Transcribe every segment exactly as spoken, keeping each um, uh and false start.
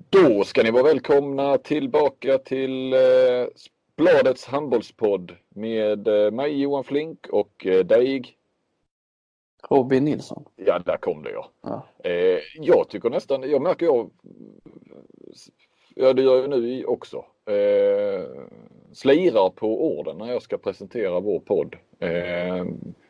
Då ska ni vara välkomna tillbaka till eh, Bladets handbollspodd med eh, mig Johan Flink och eh, dig Robin Nilsson. Ja, där kom det ja. ja. Eh, jag tycker nästan, jag märker jag, ja det gör jag nu också, eh, slirar på orden när jag ska presentera vår podd. Eh,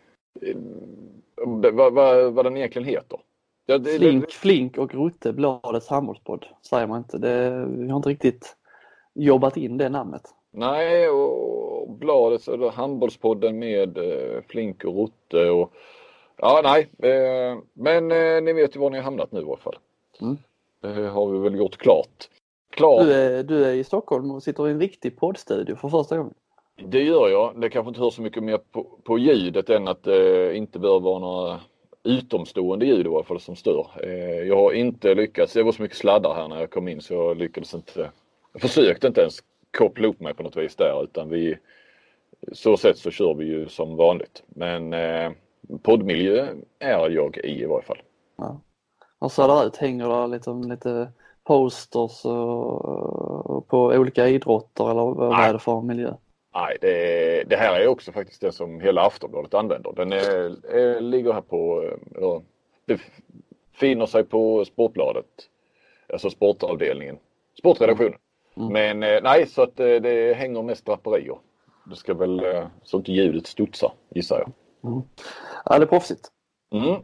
vad, vad, vad den egentligen heter. Ja, det, Flink, det, Flink och Rutte, Bladets handbollspodd, säger man inte. Det, vi har inte riktigt jobbat in det namnet. Nej, och Bladets eller handbollspodden med eh, Flink och Rutte och ja, nej. Eh, men eh, ni vet ju var ni har hamnat nu i alla fall. Mm. Det har vi väl gjort klart. klart. Du, är, du är i Stockholm och sitter i en riktig poddstudio för första gången. Det gör jag. Det kanske inte hör så mycket mer på, på ljudet än att det eh, inte bör vara några utomstående ljud i alla fall som stör. Eh, jag har inte lyckats. Det var så mycket sladdar här när jag kom in så jag lyckades inte. Jag försökte inte ens koppla upp mig på något vis där utan vi så sätt så kör vi ju som vanligt. Men eh, poddmiljö är jag i i varje fall. Ja. Och så där ut hänger det liksom lite posters och, och på olika idrotter eller vad Nej. är det för miljö? Nej, det, det här är också faktiskt det som hela Aftonbladet använder. Den är, är, ligger här på, ja, befinner sig på Sportbladet, alltså sportavdelningen, sportredaktionen. Mm. Men nej, så att det, det hänger mest draperier. Det ska väl, så inte ljudet studsar, gissar jag. Mm. Ja, det är proffsigt. Mm.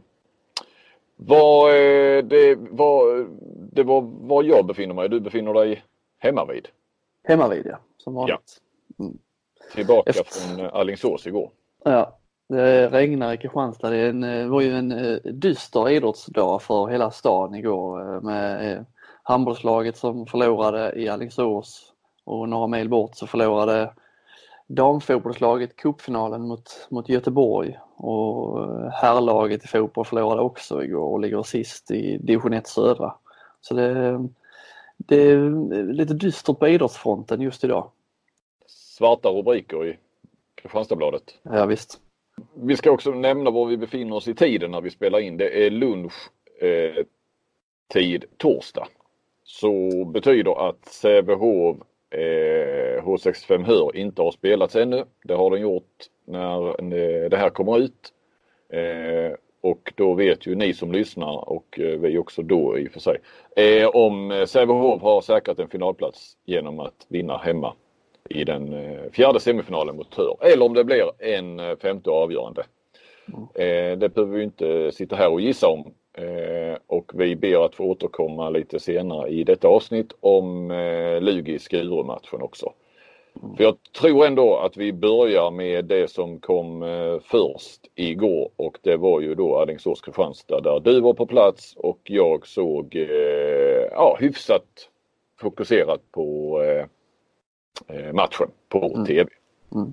Var, det, var, det var var jag befinner mig. Du befinner dig hemma vid. Hemma vid, ja. Som vanligt. Ja. Mm. Tillbaka Efter... från Alingsås igår. Ja, det regnar i Kristianstad. Det en, var ju en dyster idrottsdag för hela stan igår med handbollslaget som förlorade i Alingsås och några mil bort så förlorade damfotbollslaget cupfinalen mot, mot Göteborg och herrlaget i fotboll förlorade också igår och ligger sist i division ett södra. Så det, det är lite dystert på idrottsfronten just idag. Svarta rubriker i Kristianstadsbladet. Ja, visst. Vi ska också nämna var vi befinner oss i tiden när vi spelar in. Det är lunch eh, tid torsdag. Så betyder att Sävehof eh, H sextiofem Hör inte har spelats ännu. Det har den gjort när eh, det här kommer ut. Eh, och då vet ju ni som lyssnar och eh, vi också då i och för sig. Eh, om Sävehof har säkrat en finalplats genom att vinna hemma i den eh, fjärde semifinalen mot Hör. Eller om det blir en eh, femte avgörande. Mm. Eh, det behöver vi inte sitta här och gissa om. Eh, och vi ber att få återkomma lite senare i detta avsnitt om eh, Lugi-Skuru-matchen också. Mm. För jag tror ändå att vi börjar med det som kom eh, först igår och det var ju då Alingsås-Kristianstad där du var på plats och jag såg eh, ja, hyfsat fokuserat på eh, matchen på mm. tv. Mm.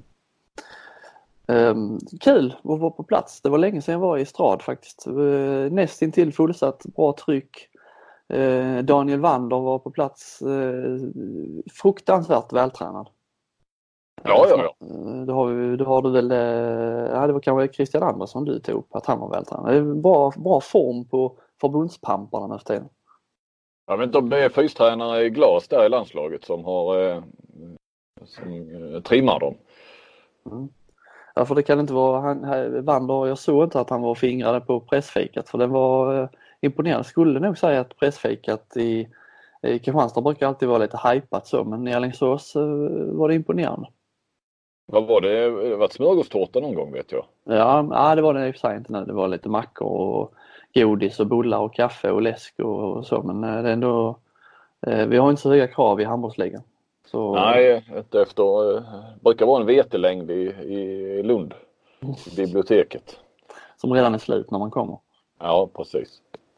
Um, kul att vara på plats. Det var länge sedan jag var i Strad faktiskt. Uh, nästintill fullsatt, bra tryck. Uh, Daniel Wander var på plats. Uh, fruktansvärt vältränad. Ja, ja, ja. Uh, då, har vi, då har du väl, uh, ja, det var kanske Christian Andersson du tog upp att han var vältränad. Det är bra, bra form på förbundspamparna nu efter. Jag vet inte om det är fystränare i glas där i landslaget som har uh, som uh, trimmar dem. Mm. Ja, för det kan inte vara han, Wander, jag såg inte att han var fingrade på pressfikat för det var eh, imponerande. Skulle nog säga att pressfikat i, i Kristianstad brukar alltid vara lite hypat så, men i Alingsås eh, var det imponerande. Vad var det? Det var ett smörgåstårta någon gång vet jag. Ja, ja, det var det i och för sig inte nu. Det var lite mackor och godis och bullar och kaffe och läsk och, och så, men eh, det är ändå, eh, vi har inte så höga krav i handbollsligan. Så... Nej, inte efter, det brukar vara en vetelängd i, i Lund, i biblioteket. Som redan är slut när man kommer. Ja, precis.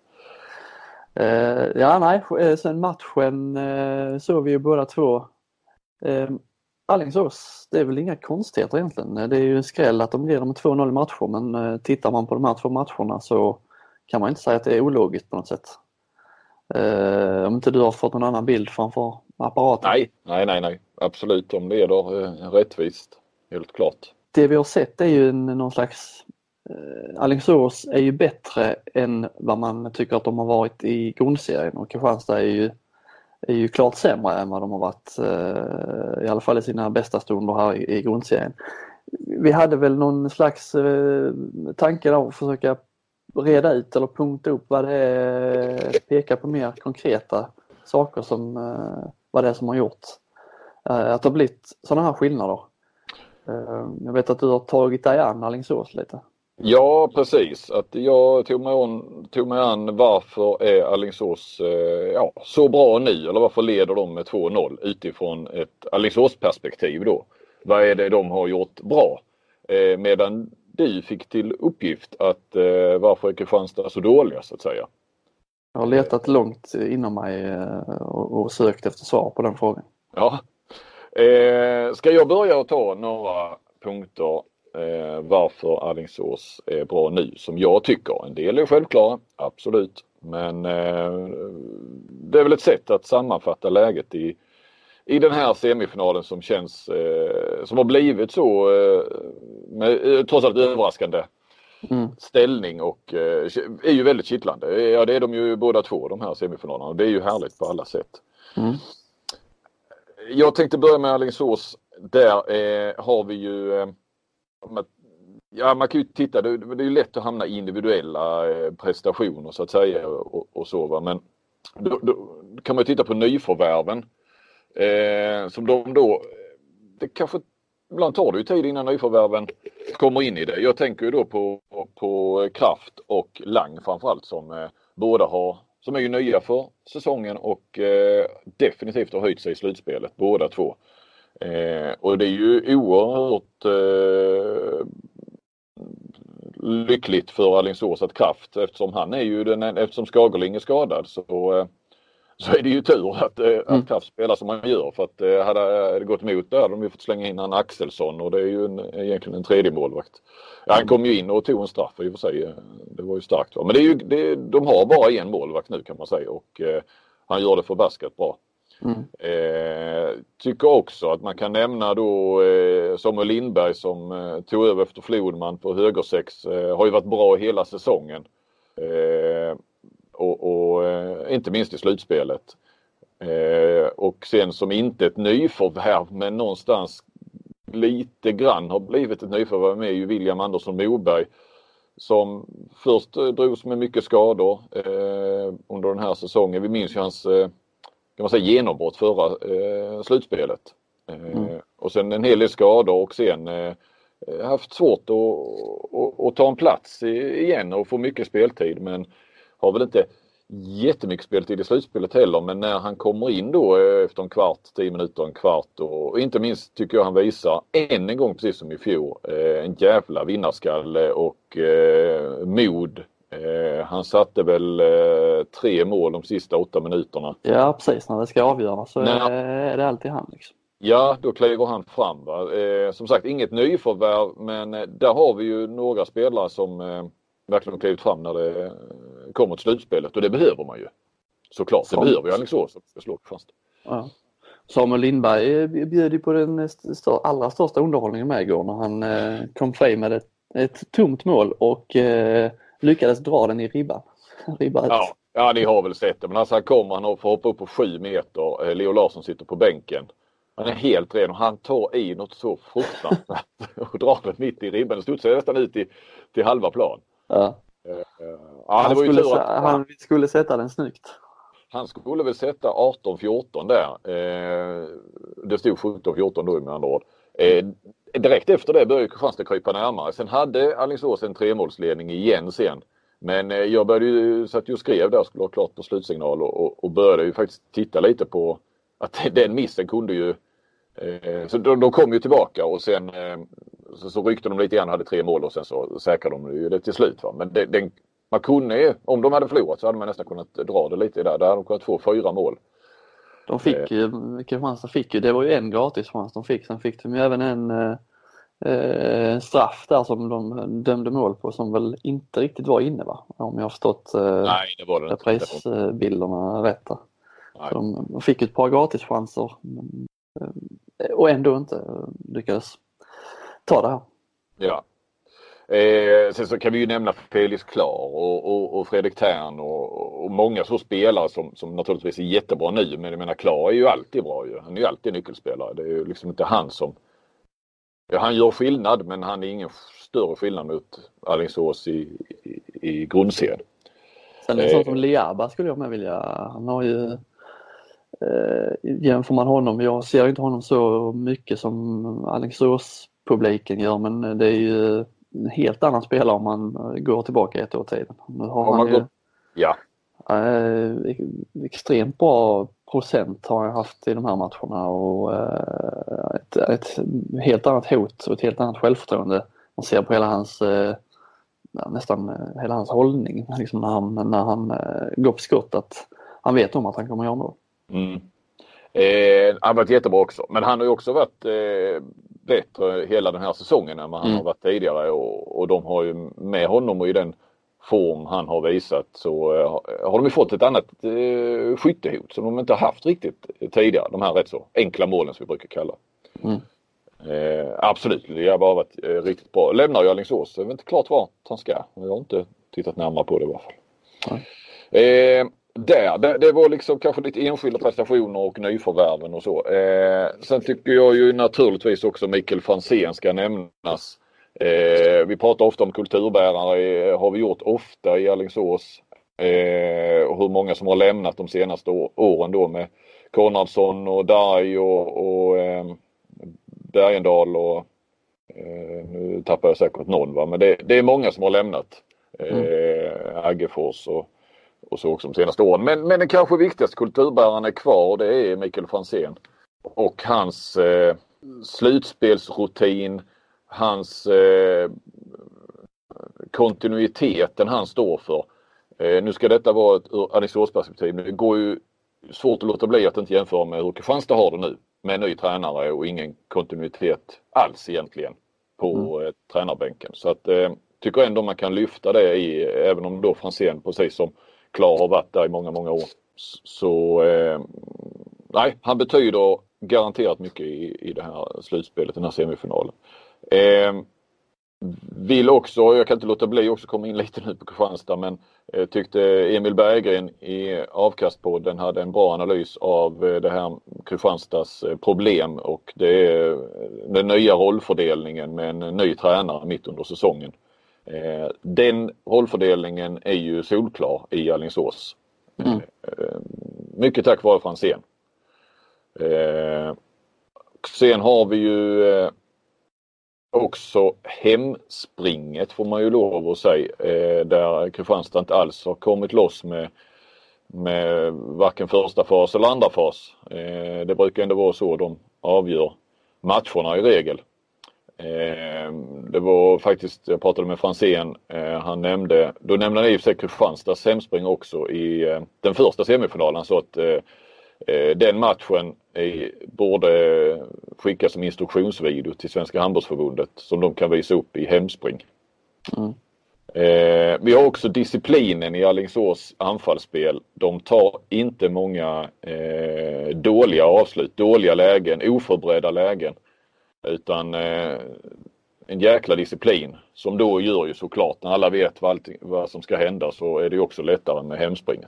Uh, ja, nej, sen matchen uh, såg vi ju båda två. Uh, Alingsås, det är väl inga konstigheter egentligen. Det är ju en skräll att de leder med två noll i matcher, men uh, tittar man på de här två matcherna så kan man inte säga att det är ologiskt på något sätt. Uh, om inte du har fått någon annan bild framför apparaten. Nej, nej, nej, nej. Absolut, de leder uh, rättvist, helt klart. Det vi har sett är ju en, någon slags uh, Alingsås är ju bättre än vad man tycker att de har varit i grundserien och Kristianstad är ju är ju klart sämre än vad de har varit, eh, i alla fall i sina bästa stunder här i, i grundserien. Vi hade väl någon slags eh, tanke där att försöka reda ut eller punkta upp vad det är, peka på mer konkreta saker som eh, vad det är som har gjort eh, att det har blivit sådana här skillnader. Eh, jag vet att du har tagit dig an Alingsås lite. Ja, precis. Att jag tog mig, on, tog mig an varför är Alingsås eh, ja, så bra nu, eller varför leder de med två noll utifrån ett Alingsås-perspektiv då. Vad är det de har gjort bra? Eh, medan du fick till uppgift att eh, varför är Kristianstad så dåliga så att säga. Jag har letat långt inom mig eh, och, och sökt efter svar på den frågan. Ja. Eh, ska jag börja att ta några punkter eh, varför Alingsås är bra nu som jag tycker. En del är självklara, absolut. Men eh, det är väl ett sätt att sammanfatta läget i I den här semifinalen som känns eh, som har blivit så eh, med, eh, trots allt överraskande mm. ställning och eh, är ju väldigt kittlande. Ja, det är de ju båda två, de här semifinalerna, och det är ju härligt på alla sätt. Mm. Jag tänkte börja med Alingsås. Där eh, har vi ju eh, ja, man kan ju titta, det, det är ju lätt att hamna i individuella eh, prestationer så att säga och, och så va, men då, då kan man ju titta på nyförvärven. Eh, som de då, det kanske ibland tar det ju tid innan nyförvärven kommer in i det. Jag tänker ju då på, på Kraft och Lang framförallt som eh, båda har, som är ju nya för säsongen och eh, definitivt har höjt sig i slutspelet, båda två. Eh, och det är ju oerhört eh, lyckligt för Alingsås att Kraft, eftersom han är ju den, eftersom Skagerling är skadad så eh, så är det ju tur att, mm. att Kraft spelar som man gör, för att eh, hade det gått emot där hade de ju fått slänga in en Axelsson och det är ju en, egentligen en tredje målvakt. Ja, han kom ju in och tog en straff i och för sig, det var ju starkt. Va? Men det är ju, det, de har bara en målvakt nu kan man säga och eh, han gör det förbaskat bra. Mm. Eh, tycker också att man kan nämna då eh, Samuel Lindberg som eh, tog över efter Flodman på högersex, eh, har ju varit bra hela säsongen. Eh, Och, och eh, inte minst i slutspelet. Eh, och sen som inte ett nyförvärv men någonstans lite grann har blivit ett nyförvärv med ju William Andersson Moberg som först eh, drogs med mycket skador eh, under den här säsongen. Vi minns ju hans eh, kan man säga, genombrott förra eh, slutspelet. Eh, mm. Och sen en hel del skador och sen eh, haft svårt att, att, att ta en plats igen och få mycket speltid, men har väl inte jättemycket speltid i slutspelet heller, men när han kommer in då efter en kvart, tio minuter, en kvart och inte minst tycker jag han visar än en gång precis som i fjol en jävla vinnarskalle och eh, mod. Eh, han satte väl eh, tre mål de sista åtta minuterna. Ja, precis. När det ska avgöras så är, är det alltid han liksom. Ja, då kliver han fram. Va? Eh, som sagt, inget nyförvärv, men där har vi ju några spelare som eh, verkligen klivit fram när det kommer till slutspelet, och det behöver man ju. Såklart, det Som... behöver ju Alingsås som ska slå fast. Ja. Samuel Lindberg bjöd ju på den stör, allra största underhållningen med igår när han eh, kom fram med ett, ett tomt mål och eh, lyckades dra den i ribban. ribban. Ja, ja, ni har väl sett det. Men alltså han kommer, han får hoppa upp på sju meter. Leo Larsson sitter på bänken. Han är helt ren och han tar i något så fruktansvärt och drar den mitt i ribban. Det stod sig nästan ut till, till halva plan. Ja. Uh, uh, han, det var ju skulle, tur att, han skulle sätta den snyggt. Han skulle väl sätta arton fjorton där. Uh, det stod sjutton fjorton då med andra ord. Uh, direkt efter det började Kristianstad krypa närmare. Sen hade Alingsås en tremålsledning igen sen. Men uh, jag började ju, satt ju och skrev där, skulle ha klart på slutsignal och, och, och började ju faktiskt titta lite på att den missen kunde ju uh, så de, de kom ju tillbaka och sen uh, Så, så ryckte de lite grann, hade tre mål och sen så säkrade de ju det till slut. Va? Men det, den, man kunde, om de hade förlorat så hade man nästan kunnat dra det lite där. Där hade de kunnat få fyra mål. De fick ju, Kristianstad fick ju, det var ju en gratis chans de fick. Sen fick de ju även en eh, straff där som de dömde mål på som väl inte riktigt var inne, va? Om jag har förstått eh, Nej, det var det inte. Prisbilderna rätt där. De, de fick ett par gratis chanser och ändå inte lyckades ta det här. Ja. Eh, sen så kan vi ju nämna Felix Klar och, och, och Fredrik Tern och, och många så spelare som, som naturligtvis är jättebra nu. Men jag menar, Klar är ju alltid bra ju. Han är ju alltid nyckelspelare. Det är ju liksom inte han som... Ja, han gör skillnad, men han är ingen större skillnad mot Alingsås i, i, i grundserien. Sen en sån som Liaba skulle jag med vilja... Han har ju... Eh, jämför man honom, jag ser inte honom så mycket som Alingsås-publiken gör, men det är ju en helt annan spelare om man går tillbaka ett år tiden. Nu har om han ju går... ja. eh, extremt bra procent har jag haft i de här matcherna och eh, ett, ett helt annat hot och ett helt annat självförtroende. Man ser på hela hans eh, nästan hela hans hållning liksom när han, när han eh, går på skott, att han vet om att han kommer göra mål. Mm. Eh, han har varit jättebra också. Men han har ju också varit eh, bättre hela den här säsongen än vad han mm. har varit tidigare. Och, och de har ju med honom och i den form han har visat så eh, har de ju fått ett annat eh, skyttehot som de inte har haft riktigt tidigare. De här rätt så enkla målen som vi brukar kalla. Mm. Eh, absolut, det har bara varit eh, riktigt bra. Lämnar ju Alingsås. Det är inte klart vart han ska. Jag har inte tittat närmare på det i alla fall. Mm. Eh, Där, det, det var liksom kanske lite enskilda prestationer och nyförvärven och så. Eh, sen tycker jag ju naturligtvis också Mikael Franzén ska nämnas. Eh, vi pratar ofta om kulturbärare, har vi gjort ofta i Alingsås. Eh, och hur många som har lämnat de senaste å- åren då med Konradsson och Darj och, och eh, Bergendal och eh, nu tappar jag säkert någon va, men det, det är många som har lämnat. Eh, mm. Aggefors och och så också de senaste åren. Men, men den kanske viktigaste kulturbäraren är kvar och det är Mikael Franzén. Och hans eh, slutspelsrutin, hans eh, kontinuiteten han står för. Eh, nu ska detta vara ett ur Alingsås-perspektiv, men det går ju svårt att låta bli att inte jämföra med hur Kristianstad har det nu. Med en ny tränare och ingen kontinuitet alls egentligen på mm. eh, tränarbänken. Så att eh, tycker ändå man kan lyfta det i, även om då Franzén precis som Klar har varit där i många, många år. Så eh, nej, han betyder garanterat mycket i, i det här slutspelet, den här semifinalen. Eh, vill också, jag kan inte låta bli också komma in lite nu på Kristianstad, men eh, tyckte Emil Berggren i Avkastpodden hade en bra analys av eh, det här Kristianstads eh, problem och det är den nya rollfördelningen med en ny tränare mitt under säsongen. Eh, den rollfördelningen är ju solklar i Alingsås. Mm. Eh, mycket tack vare Franzén. Eh, sen har vi ju eh, också hemspringet får man ju lov att säga. Eh, där Kristianstad inte alls har kommit loss med, med varken första fas eller andra fas. Eh, det brukar ändå vara så de avgör matcherna i regel. Eh, det var faktiskt, jag pratade med Franzén, eh, han nämnde, då nämnde han i och för sig Kristianstads hemspring också i eh, den första semifinalen, så att eh, den matchen är, borde skickas som instruktionsvideo till Svenska handbollsförbundet som de kan visa upp i hemspring. Mm. Eh, vi har också disciplinen i Alingsås anfallsspel. De tar inte många eh, dåliga avslut, dåliga lägen, oförberedda lägen. Utan eh, en jäkla disciplin som då gör ju såklart när alla vet vad, allting, vad som ska hända så är det ju också lättare med hemspringet.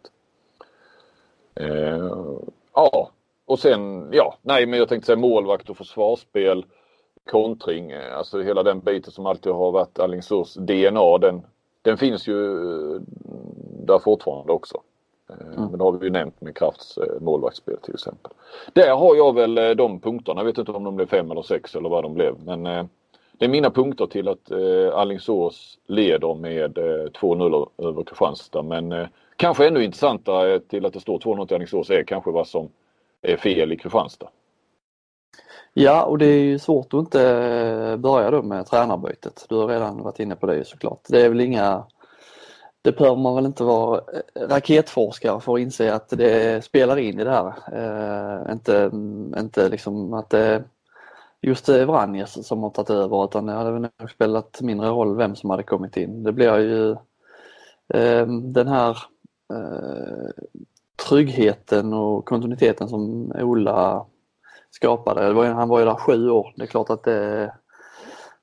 Eh, ja, och sen, ja, nej men jag tänkte säga målvakt och försvarsspel, kontring, alltså hela den biten som alltid har varit Alingsås D N A, den, den finns ju där fortfarande också. Mm. Men det har vi ju nämnt med Krafts målvaktsspel till exempel. Där har jag väl de punkterna. Jag vet inte om de blev fem eller sex eller vad de blev. Men eh, det är mina punkter till att eh, Alingsås leder med eh, två noll över Kristianstad. Men eh, kanske ännu intressantare till att det står två noll till Alingsås är kanske vad som är fel i Kristianstad. Ja, och det är ju svårt att inte börja då med tränarbytet. Du har redan varit inne på det såklart. Det är väl inga... Det behöver man väl inte vara raketforskare för att inse att det spelar in i det här. Eh, inte, inte liksom att det just Vranjes som har tagit över, utan det hade väl nog spelat mindre roll vem som hade kommit in. Det blir ju eh, den här eh, tryggheten och kontinuiteten som Ola skapade. Det var, han var ju där sju år. Det är klart att det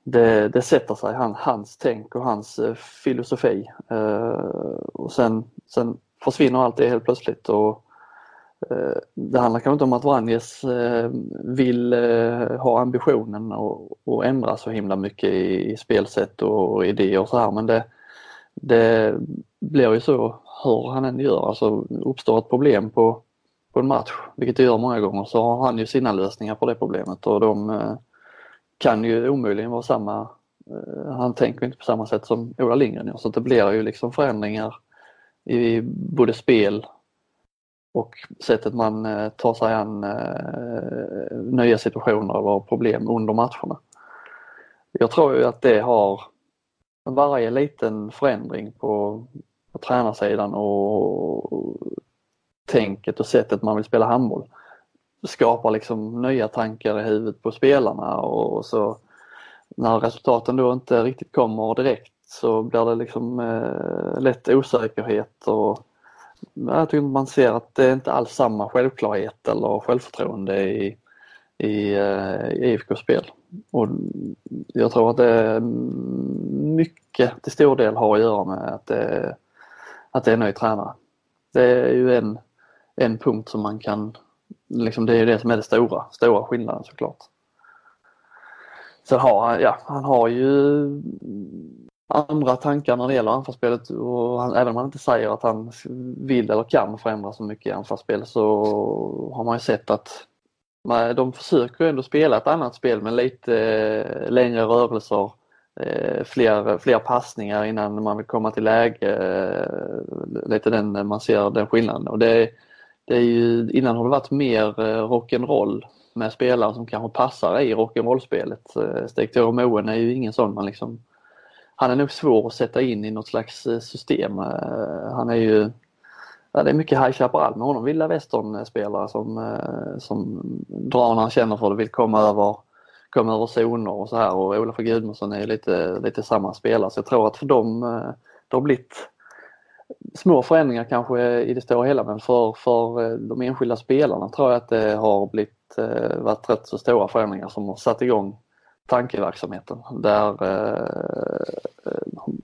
det, det sätter sig, han, hans tänk och hans eh, filosofi. Eh, och sen, sen försvinner allt det helt plötsligt. Och eh, det handlar kanske inte om att Vranjes eh, vill eh, ha ambitionen och, och ändra så himla mycket i, i spelsätt och idéer och så här, men det, det blir ju så hur han än gör. Alltså uppstår ett problem på, på en match, vilket det gör många gånger, så har han ju sina lösningar på det problemet, och de eh, kan ju omöjligen vara samma. Eh, han tänker inte på samma sätt som Ola Lindgren gör, så det blir ju liksom förändringar i både spel och sättet man eh, tar sig an eh, nya situationer eller problem under matcherna. Jag tror ju att det har varje liten förändring på, på tränarsidan och tänket och sättet man vill spela handboll skapar liksom nya tankar i huvudet på spelarna, och så när resultaten då inte riktigt kommer direkt så blir det liksom eh, lätt osäkerhet, och jag tycker man ser att det är inte alls samma självklarhet eller självförtroende i, i, eh, i I F K-spel. Och jag tror att det är mycket till stor del har att göra med att det, att det är en ny tränare. Det är ju en, en punkt som man kan, liksom det är ju det som är det stora, stora skillnaden såklart. Sen har han, ja, han har ju andra tankar när det gäller anfallsspelet, och han, även om han inte säger att han vill eller kan förändra så mycket i anfallsspel, så har man ju sett att man, de försöker ändå spela ett annat spel med lite eh, längre rörelser, eh, fler, fler passningar innan man vill komma till läge, eh, lite den man ser den skillnaden. Och det, det är ju, innan har det varit mer eh, rock'n'roll med spelare som kanske passar i rock'n'roll-spelet. Eh, Stig-Tore Moen är ju ingen sån, man liksom, han är nog svår att sätta in i något slags system. Eh, han är ju, ja, det är mycket High Chaparral med honom, vilda västern-spelare som, som drar när han känner för det, vill komma över, komma över zoner och så här, och Olof Gudmundsson är lite, lite samma spelare, så jag tror att för dem det har blivit små förändringar kanske i det stora hela, men för, för de enskilda spelarna tror jag att det har blivit, varit rätt så stora förändringar som har satt igång tankeverksamheten där eh,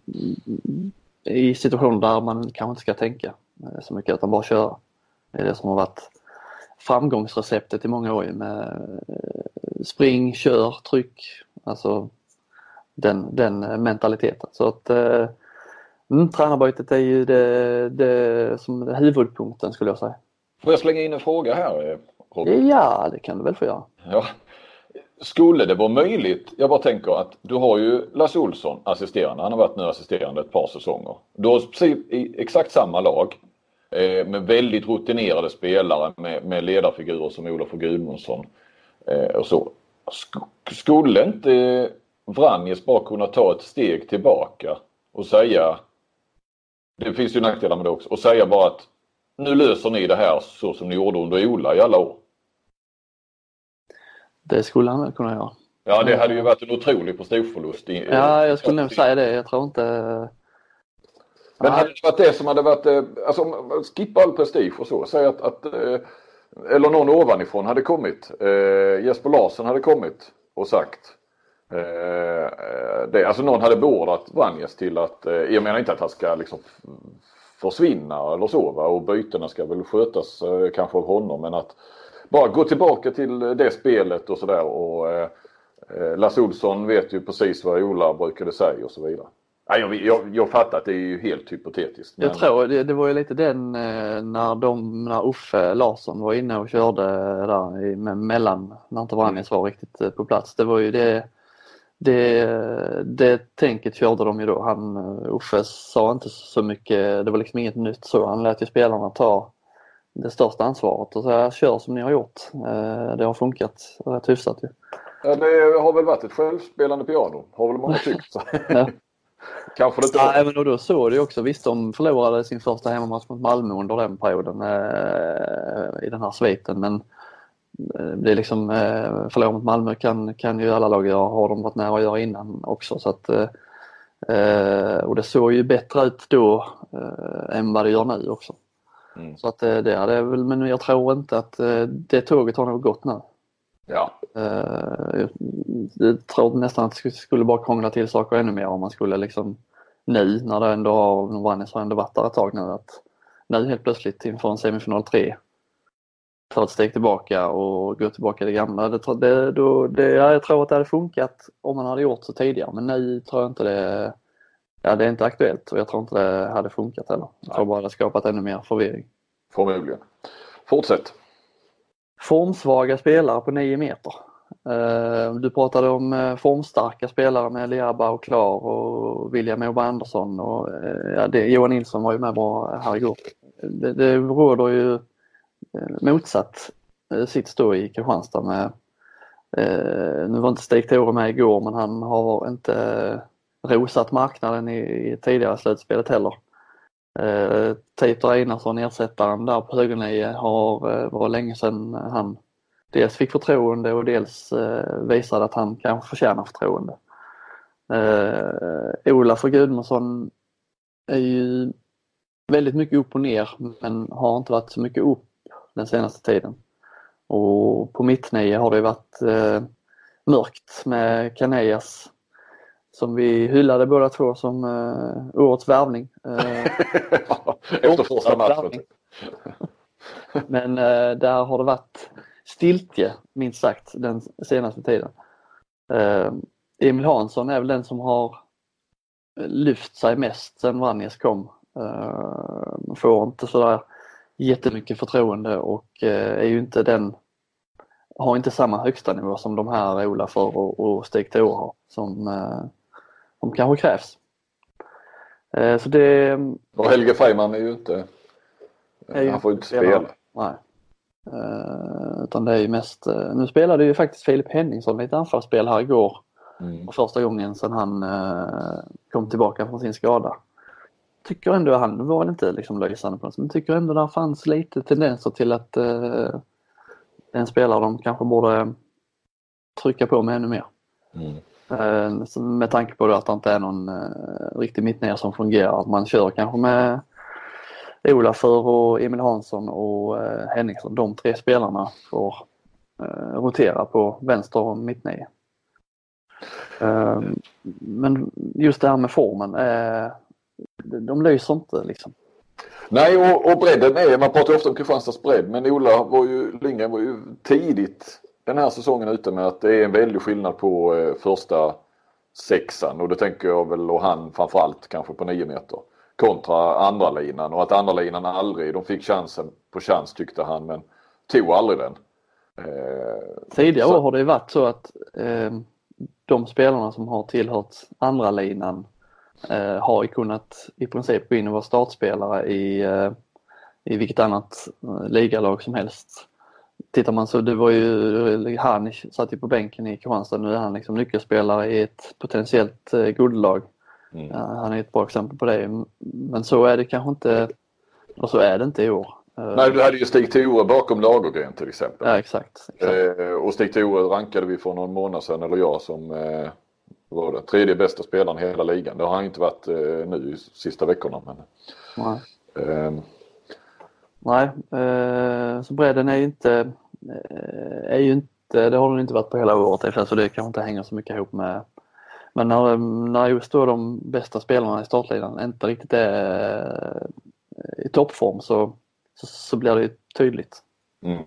i situationer där man kanske inte ska tänka så mycket utan bara köra. Det är det som har varit framgångsreceptet i många år med spring, kör, tryck, alltså den, den mentaliteten. Så att mm, tränarbytet är ju det, det som är huvudpunkten, skulle jag säga. Får jag slänga in en fråga här, Robin? Ja, det kan du väl få göra. Ja. Skulle det vara möjligt, jag bara tänker att du har ju Lasse Olsson assisterande, han har varit nu assisterande ett par säsonger. Du har i exakt samma lag eh, med väldigt rutinerade spelare med, med ledarfigurer som Olof och Gudmundsson eh, och så. Sk- skulle inte Vranjes bara kunna ta ett steg tillbaka och säga, det finns ju nackdelar med det också, och säga bara att nu löser ni det här så som ni gjorde under Ola i alla år? Det skulle han väl kunna göra. Ja, det hade ju varit en otrolig prestigeförlust. I, ja, jag skulle nog säga det. Jag tror inte... Men hade det varit det som hade varit... Alltså, skippa all prestige och så. Säg att, att... Eller någon ovanifrån hade kommit. Eh, Jesper Larsson hade kommit och sagt... Eh, det. Alltså någon hade beordrat Vranjes till att... Eh, jag menar inte att han ska liksom försvinna eller så, va? Och bytena ska väl skötas eh, kanske av honom, men att... Bara gå tillbaka till det spelet och sådär, och eh, Lasse Olsson vet ju precis vad Ola brukade säga och så vidare. Ja, jag, jag, jag fattar att det är ju helt hypotetiskt. Men... Jag tror det, det var ju lite den eh, när, de, när Uffe Larsson var inne och körde där i, med, mellan, när inte Vranjes var riktigt eh, på plats. Det var ju det, det, det tänket körde de ju då. Han, Uffe sa inte så mycket, det var liksom inget nytt så. Han lät ju spelarna ta det största ansvaret och så här, kör som ni har gjort. Det har funkat rätt hyfsat ju. Ja, det har väl varit ett självspelande piano, har väl många tyckt. Ja. Kanske det inte. Nej, men då såg det också, visst de förlorade sin första hemmamatch mot Malmö under den perioden eh, i den här sviten, men det är liksom eh, förlora mot Malmö kan, kan ju alla lag göra, har de varit nära att göra innan också, så att eh, och det såg ju bättre ut då eh, än vad det gör nu också. Mm. Så att det är väl, men jag tror inte att det tåget har nog gått nu. Ja, Jag tror nästan att det skulle bara krångla till saker ännu mer om man skulle liksom nu när det ändå har, Vannes har ändå varit där ett tag nu, att nu helt plötsligt inför en semifinal tre ta ett steg tillbaka och gå tillbaka till det gamla. Det, det, då, det, jag tror att det hade funkat om man hade gjort så tidigare, men nu tror jag inte det, ja, det är inte aktuellt och jag tror inte det hade funkat heller. Jag tror bara det hade skapat ännu mer förvirring. Förmodligen. Fortsätt. Formsvaga spelare på nio meter. Du pratade om formstarka spelare med Liaba och Klar och William Åberg Andersson och ja, det, Johan Nilsson var ju med bra här igår. Det, det råder ju motsatt sitt då i Kristianstad med, nu var inte Stig Thore med igår, men han har inte rosat marknaden i, i tidigare slutspelet heller. Eh, Teitur Einarsson, ersättaren där på högernio, har eh, var länge sedan han dels fick förtroende och dels eh, visade att han kanske förtjänar förtroende. Eh, Olaf och Gudmundsson är ju väldigt mycket upp och ner, men har inte varit så mycket upp den senaste tiden. Och på mittnio har det varit eh, mörkt med Canellas, som vi hyllade båda två som uh, årets värvning. Uh, Efter första matchen. Men uh, där har det varit stiltje, minst sagt, den senaste tiden. Uh, Emil Hansson är väl den som har lyft sig mest sen Vannes kom. Uh, får inte sådär jättemycket förtroende och uh, är ju inte den, har inte samma högsta nivå som de här Olaf och, och Stig Thore har, som uh, som kanske krävs. Eh, så det... Och Helge Freiman är ju inte... Är ju han får ju inte spela. Nej. Eh, utan det är ju mest... Eh, nu spelade ju faktiskt Filip Henningsson lite anfallsspel här igår. Mm. För första gången sedan han eh, kom tillbaka från sin skada. Tycker ändå, han var inte liksom lysande på något, men tycker ändå där fanns lite tendenser till att eh, en spelare de kanske borde trycka på med ännu mer. Mm. Med tanke på att det inte är någon uh, riktig mittner som fungerar. Att man kör kanske med Olaf och Emil Hansson och uh, Henningsson. De tre spelarna får uh, rotera på vänster och mittner. Uh, men just det här med formen, uh, de lyser inte liksom. Nej, och, och bredden är, man pratar ofta om Kristianstads bredd, men Ola var ju, Lindgren var ju tidigt den här säsongen ute med att det är en väldig skillnad på eh, första sexan, och det tänker jag väl, och han framförallt kanske på nio meter kontra andra linan, och att andra linan aldrig, de fick chansen på chans tyckte han, men tog aldrig den. Eh, Tidigare år har det varit så att eh, de spelarna som har tillhört andra linan eh, har ju kunnat i princip gå in och vara startspelare i, eh, i vilket annat eh, ligalag som helst. Tittar man så, det var ju, han satt ju på bänken i Kristianstad, nu är han liksom nyckelspelare i ett potentiellt eh, guldlag. Mm. Uh, han är ett bra exempel på det, men så är det kanske inte, och så är det inte i år. Uh, Nej, du hade ju Stig Thore bakom Lagergren till exempel. Ja, exakt. exakt. Uh, och Stig Thore rankade vi för någon månad sedan, eller jag, som uh, var det tredje bästa spelaren i hela ligan. Det har han inte varit uh, nu i sista veckorna. Men, Nej. Uh, Nej, eh, så bredden är ju inte, eh, är ju inte, det har den inte varit på hela året, så det kanske inte hänger så mycket ihop med. Men när, när just då de bästa spelarna i startligan inte riktigt är eh, i toppform, så, så, så blir det ju tydligt. Mm.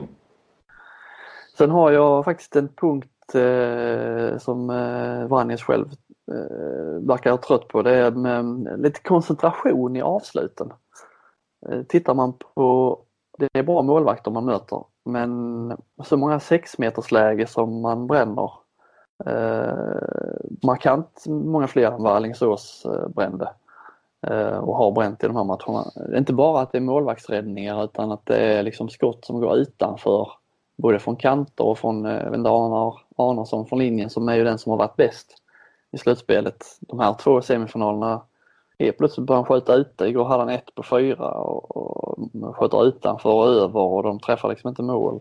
Sen har jag faktiskt en punkt eh, som eh, Vannes själv eh, verkar trött på, det är med lite koncentration i avsluten. Tittar man på, det är bra målvakter man möter, men så många sexmetersläge som man bränner, eh, markant många fler än vad Alingsås eh, brände eh, och har bränt i de här matcherna. Det är inte bara att det är målvaktsräddningar, utan att det är liksom skott som går utanför, både från kanter och från eh, Arnar Arnarsson från linjen, som är ju den som har varit bäst i slutspelet. De här två semifinalerna är plötsligt börjar han skjuta ute. Igår hade han ett på fyra och, och skjuter utanför och över, och de träffar liksom inte mål.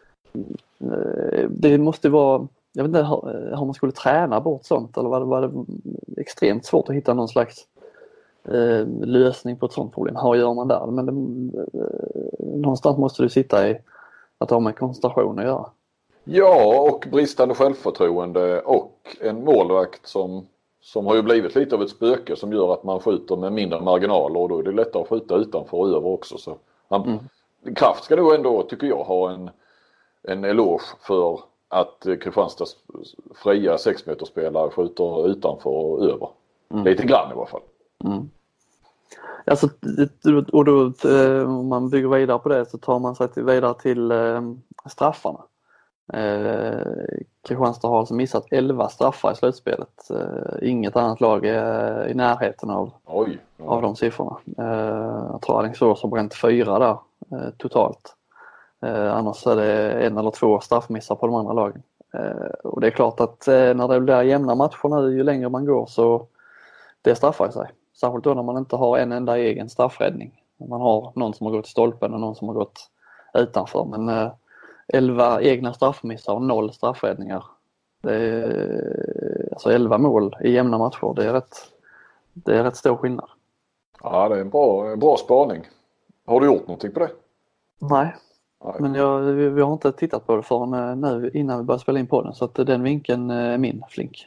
Det måste vara, jag vet inte hur man skulle träna bort sånt, eller var det, var det extremt svårt att hitta någon slags eh, lösning på ett sånt problem. Hur gör man där? Men det, eh, någonstans måste du sitta i att ha med koncentration att göra. Ja, och bristande självförtroende och en målvakt som, som har ju blivit lite av ett spöke som gör att man skjuter med mindre marginaler och då är det lättare att skjuta utanför och över också. Så han, mm. Kraft ska då ändå, tycker jag, ha en, en eloge för att Kristianstads fria sexmeterspelare skjuter utanför och över. Mm. Lite grann i alla fall. Mm. Alltså, och då, om man bygger vidare på det så tar man sig vidare till straffarna. Eh, Kristianstad har alltså missat elva straffar i slutspelet. Eh, inget annat lag är i närheten av, oj, oj. av de siffrorna. Eh, jag tror Alingsås har bränt fyra där eh, totalt. Eh, annars är det en eller två straffmissar på de andra lagen. Eh, och det är klart att eh, när det blir jämna matcher nu, ju längre man går, så det straffar sig. Särskilt då när man inte har en enda egen straffräddning. Man har någon som har gått i stolpen och någon som har gått utanför. Men eh, elva egna straffmissar och noll straffräddningar. Det är, alltså elva mål i jämna matcher. Det är rätt, det är rätt stor skillnad. Ja, det är en bra, en bra spaning. Har du gjort någonting på det? Nej, Nej. men jag, vi, vi har inte tittat på det förrän nu innan vi börjar spela in på den. Så att den vinkeln är min, Flink.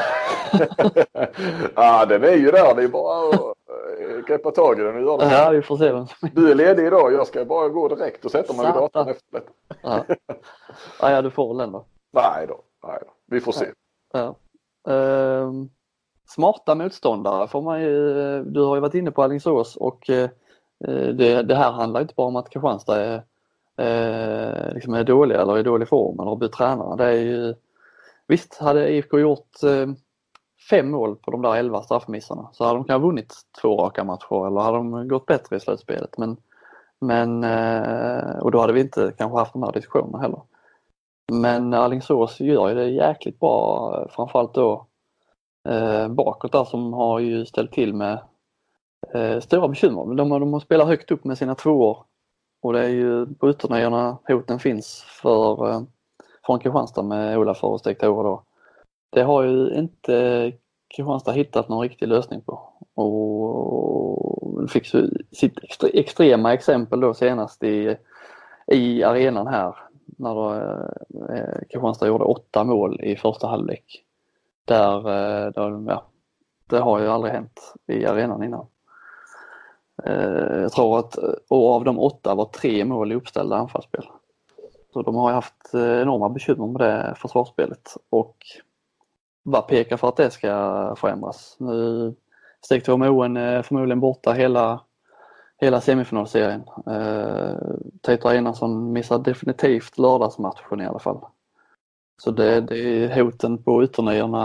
Ja, den är ju där. Det är bara att greppa tag i den och göra det. Ja, vi får se den. Du är ledig idag. Jag ska bara gå direkt och sätta mig vid datorn efter det. Ja. Ja, ja, du får väl den då. Nej då. Nej då. Vi får se. Ja. Ja. Ehm, smarta motståndare får man ju, du har ju varit inne på Alingsås och eh, det, det här handlar inte bara om att Kristianstad är, eh, liksom är dåliga eller i dålig form eller har bytt tränare. Det är ju, visst, hade I F K gjort eh, fem mål på de där elva straffmissarna så hade de kanske vunnit två raka matcher eller hade de gått bättre i slutspelet. Men, men, eh, och då hade vi inte kanske haft de här diskussionerna heller. Men Alingsås gör ju det jäkligt bra, framförallt då eh, bakåt där som har ju ställt till med eh, stora bekymmer. De, de har spelat högt upp med sina tvåor och det är ju på ytternöjerna hoten finns för eh, från Kristianstad med Olaf och Stektor då. Det har ju inte Kristianstad hittat någon riktig lösning på. Och fick sitt extrema exempel då senast i, i arenan här. När då, eh, Kristianstad gjorde åtta mål i första halvlek. Där, eh, där, ja, det har ju aldrig hänt i arenan innan. Eh, jag tror att och av de åtta var tre mål i uppställda anfallsspel. Så de har haft enorma bekymmer med det försvarsspelet. Och vad pekar för att det ska förändras? Nu Stektor Moen är förmodligen borta hela hela semifinalserien. Eh, Teitur Einarsson missar definitivt lördagsmatchen i alla fall. Så det, det hoten på ytternöjerna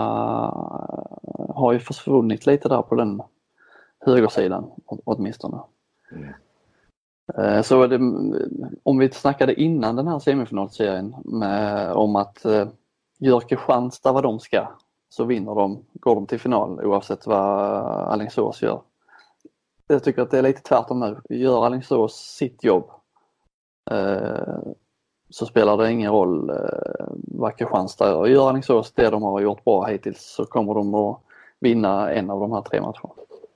har ju försvunnit lite där på den högersidan åtminstone. Mm. Eh, så det, om vi snackade innan den här semifinalserien med, om att eh, gör Kristianstad vad de ska så vinner de, går de till final oavsett vad Alingsås gör. Jag tycker att det är lite tvärtom nu. Gör Alingsås sitt jobb eh, så spelar det ingen roll eh, vad Kristianstad gör. Gör Alingsås det de har gjort bra hittills så kommer de att vinna en av de här tre matcherna.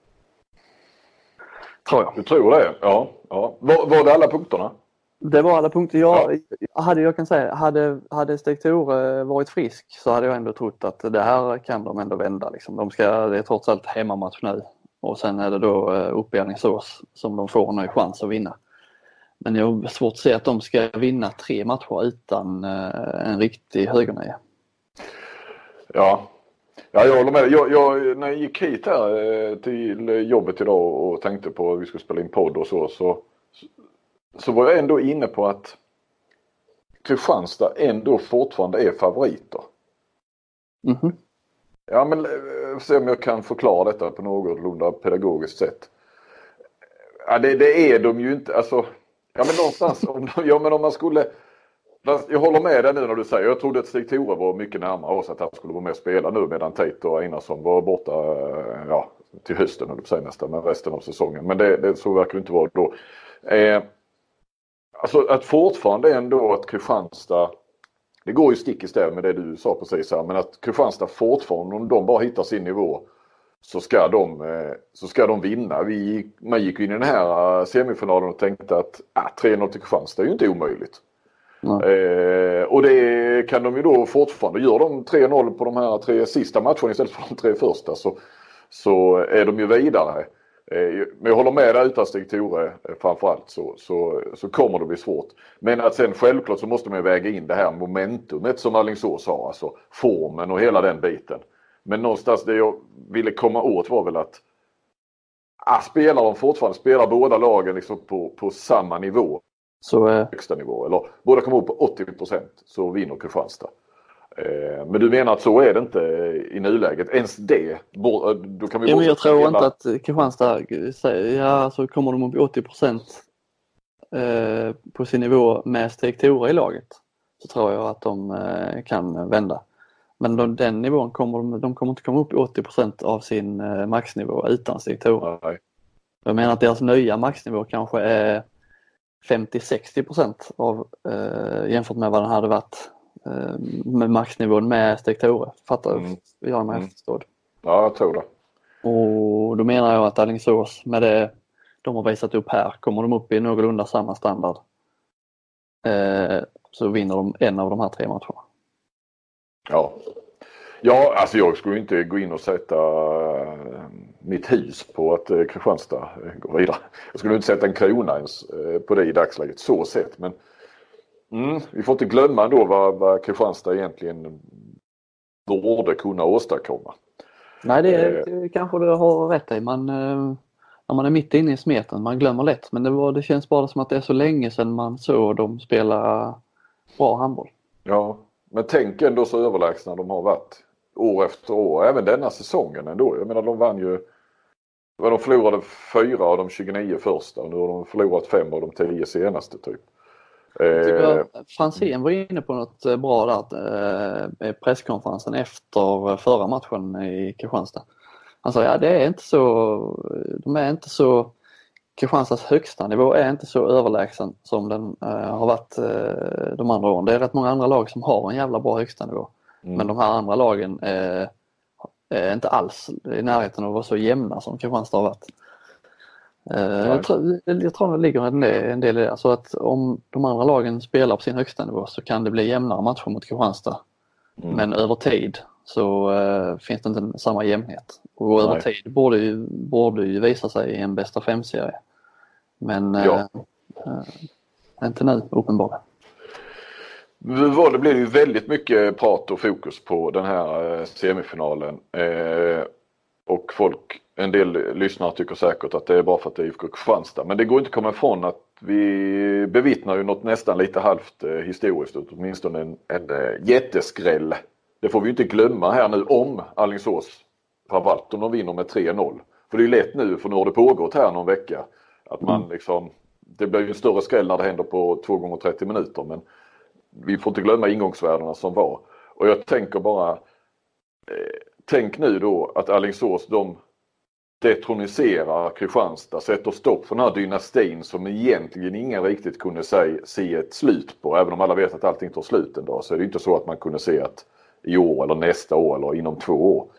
Tror jag. Du tror det? Ja. ja. Var, var det alla punkterna? Det var alla punkter. Jag, ja. hade, jag kan säga, hade, hade Stektor varit frisk så hade jag ändå trott att det här kan de ändå vända. Liksom. De ska, det är trots allt hemmamatch nu. Och sen är det då uppe i Alingsås som de får en chans att vinna. Men jag har svårt att se att de ska vinna tre matcher utan en riktig högerneje. Ja. ja, jag håller med. Jag, jag, när jag gick hit här till jobbet idag och tänkte på att vi skulle spela in podd och så, så, så var jag ändå inne på att Kristianstad ändå fortfarande är favoriter. Mhm. Ja, men se om jag kan förklara detta på något pedagogiskt sätt. Ja, det, det är de ju inte, alltså, ja men någonstans, om, ja men om man skulle, jag håller med dig nu när du säger, jag trodde att Stektor var mycket närmare oss att han skulle vara med och spela nu medan Teitur och Einarsson var borta, ja, till hösten, eller säger nästan, men resten av säsongen. Men det, det så verkar det inte vara då. Eh, alltså att fortfarande ändå att Kristianstad, det går ju stick i stäv med det du sa precis här, men att Kristianstad fortfarande, om de bara hittar sin nivå så ska de, så ska de vinna. Vi, man gick in i den här semifinalen och tänkte att ah, tre noll till Kristianstad är ju inte omöjligt. Mm. Eh, och det kan de ju då fortfarande, gör de tre noll på de här tre sista matcherna istället för de tre första, så, så är de ju vidare. Men jag håller med där utan Stig Thore framförallt, så, så, så kommer det bli svårt. Men att sen självklart så måste man väga in det här momentumet som Alingsås har, alltså formen och hela den biten. Men någonstans det jag ville komma åt var väl att ah, spelar de fortfarande, spelar båda lagen liksom på, på samma nivå. Så, eh... högsta nivå, eller båda kommer upp på åttio procent, så vinner Kristianstad. Eh, men du menar att så är det inte i nuläget. Ens det, bo, då kan vi ja, men jag tror hela... inte att Kristianstad säger, ja, så kommer de upp på åttio procent eh, på sin nivå med Stig Thore i laget. Så tror jag att de eh, kan vända. Men de, den nivån kommer de, de kommer inte komma upp i åttio procent av sin eh, maxnivå utan Stig Thore. Nej. Jag menar att deras nya maxnivå kanske är femtio till sextio procent av eh, jämfört med vad den hade varit eh, med maxnivån med Stig Thore. Fattar du? Mm. Vi har en mm. efterstådd. Ja, jag tror det. Och då menar jag att Alingsås med det de har visat upp här, kommer de upp i någorlunda samma standard eh, så vinner de en av de här tre matcherna. Ja. Ja, alltså jag skulle inte gå in och sätta mitt hus på att Kristianstad går vidare. Jag skulle inte sätta en krona ens på det i dagsläget, så sett. Men mm, vi får inte glömma då vad, vad Kristianstad egentligen borde kunna åstadkomma. Nej, det, är, det kanske du har rätt i. Man, när man är mitt inne i smeten, man glömmer lätt. Men det, var, det känns bara som att det är så länge sedan man såg dem spela bra handboll. Ja, men tänk ändå så överlägsna de har varit år efter år, även denna säsongen ändå. Jag menar, de vann ju, de förlorade fyra av de tjugonio första och nu har de förlorat fem av de tio senaste typ. Eh, Franzén var inne på något bra där, eh, presskonferensen efter förra matchen i Kristianstad. Han sa, ja det är inte så, de är inte så, Kristianstads högsta nivå är inte så överlägsen som den eh, har varit eh, de andra åren. Det är rätt många andra lag som har en jävla bra högsta nivå. Mm. Men de här andra lagen är, är inte alls i närheten av att vara så jämna som Kristianstad har varit. Uh, jag, tror, jag tror det ligger en del, en del i det. Alltså att om de andra lagen spelar på sin högsta nivå så kan det bli jämnare matcher mot Kristianstad. Mm. Men över tid så uh, finns det inte samma jämnhet. Och Nej. över tid borde ju, borde ju visa sig i en bästa fem-serie. Men ja. uh, uh, inte nu uppenbarligen. Det blev ju väldigt mycket prat och fokus på den här semifinalen. Eh, och folk, en del lyssnare tycker säkert att det är bara för att det är I F K Kristianstad. Men det går inte att komma ifrån att vi bevittnar ju något nästan lite halvt eh, historiskt. Åtminstone en, en eh, jätteskräll. Det får vi inte glömma här nu om Alingsås framförallt om de vinner med tre noll. För det är ju lätt nu, för nu har det pågått här någon vecka. Att man mm. liksom, det blir ju en större skräll när det händer på två gånger trettio minuter. Men vi får inte glömma ingångsvärdena som var. Och jag tänker bara, eh, tänk nu då att Alingsås, de detroniserar Kristianstad, sätter stopp för den här dynastin som egentligen ingen riktigt kunde se, se ett slut på. Även om alla vet att allting tar slut en dag, så är det inte så att man kunde se att i år eller nästa år eller inom två år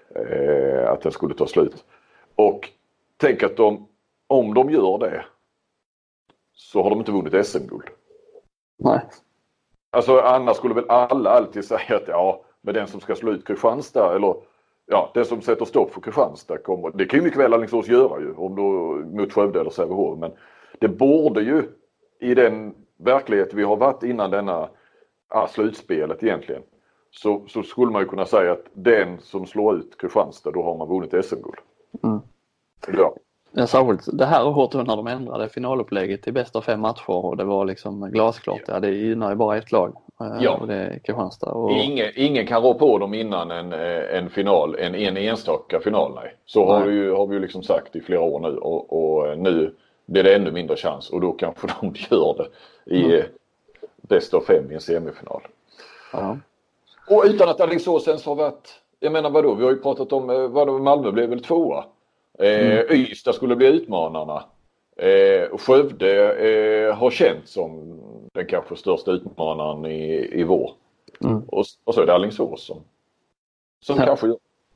eh, att den skulle ta slut. Och tänk att de, om de gör det så har de inte vunnit S M-guld. Nej. Alltså annars skulle väl alla alltid säga att ja, med den som ska slå ut Kristianstad eller ja, den som sätter stopp för Kristianstad kommer. Det kan ju mycket väl Alingsås göra ju om då mot Skövde eller Sävehof, men det borde ju i den verklighet vi har varit innan denna ja, slutspelet egentligen så, så skulle man ju kunna säga att den som slår ut Kristianstad, då har man vunnit S M-guld. Mm. Ja. Ja, särskilt det här året när de ändrade finalupplägget till bästa fem matcher och det var liksom glasklart. Ja. Ja, det gynnar ju bara ett lag. Ja. Och det är Kristianstad. Och... Ingen, ingen kan rå på dem innan en, en final, en, en enstaka final. Nej. Så nej. Har, vi ju, har vi ju liksom sagt i flera år nu och, och nu blir det ännu mindre chans och då kanske de gör det i mm. bästa av fem i en semifinal. Ja. Och utan att Alingsås ens har varit, jag menar vadå, vi har ju pratat om, vad Malmö blev väl tvåa. Eh, mm. Ystad skulle bli utmanarna. Eh, Skövde eh, har känt som den kanske största utmanaren i, i vår. Mm. Och, och så är det Alingsås som, som ja. kanske gör.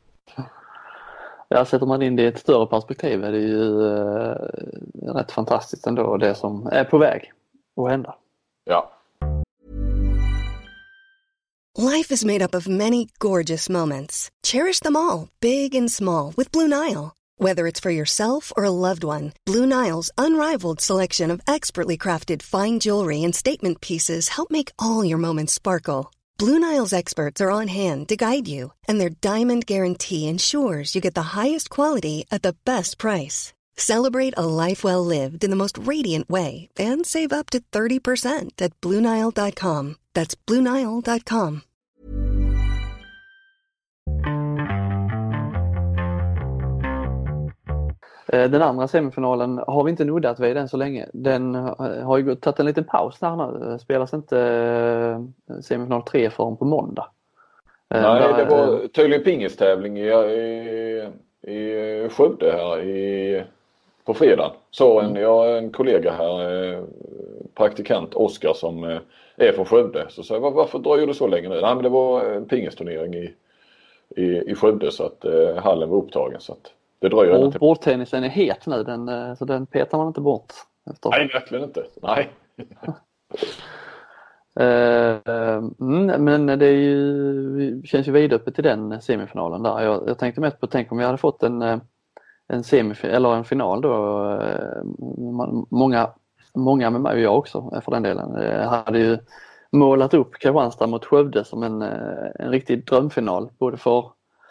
Ja, sätter man in det i ett större perspektiv är det ju eh, rätt fantastiskt ändå det som är på väg att hända. Ja. Life is made up of many gorgeous moments. Cherish them all, big and small, with Blue Nile. Whether it's for yourself or a loved one, Blue Nile's unrivaled selection of expertly crafted fine jewelry and statement pieces help make all your moments sparkle. Blue Nile's experts are on hand to guide you, and their diamond guarantee ensures you get the highest quality at the best price. Celebrate a life well lived in the most radiant way and save up to thirty percent at Blue Nile dot com. That's Blue Nile dot com. Den andra semifinalen har vi inte nuddat vid än så länge. Den har ju tagit en liten paus där nu. Spelas inte semifinal tre förrän på måndag. Nej, där, det var tydligen pingistävling i, i, i Skövde här i, på fredag. Så en, jag har en kollega här, praktikant Oskar, som är från Skövde. Så sa jag, varför dröjer det så länge nu? Nej, men det var en pingisturnering i, i, i Skövde, så att eh, hallen var upptagen. Så att det dröjer. Och bordtennisen är het nu, den, så den petar man inte bort. Efter. Nej, verkligen inte. Nej. uh, mm, men det är ju, känns ju vidöppet till den semifinalen där. Jag, jag tänkte mest på, tänk om vi hade fått en, en semifin eller en final då. Många, många med mig och jag också för den delen. Jag hade ju målat upp Kristianstad mot Skövde som en, en riktig drömfinal, både för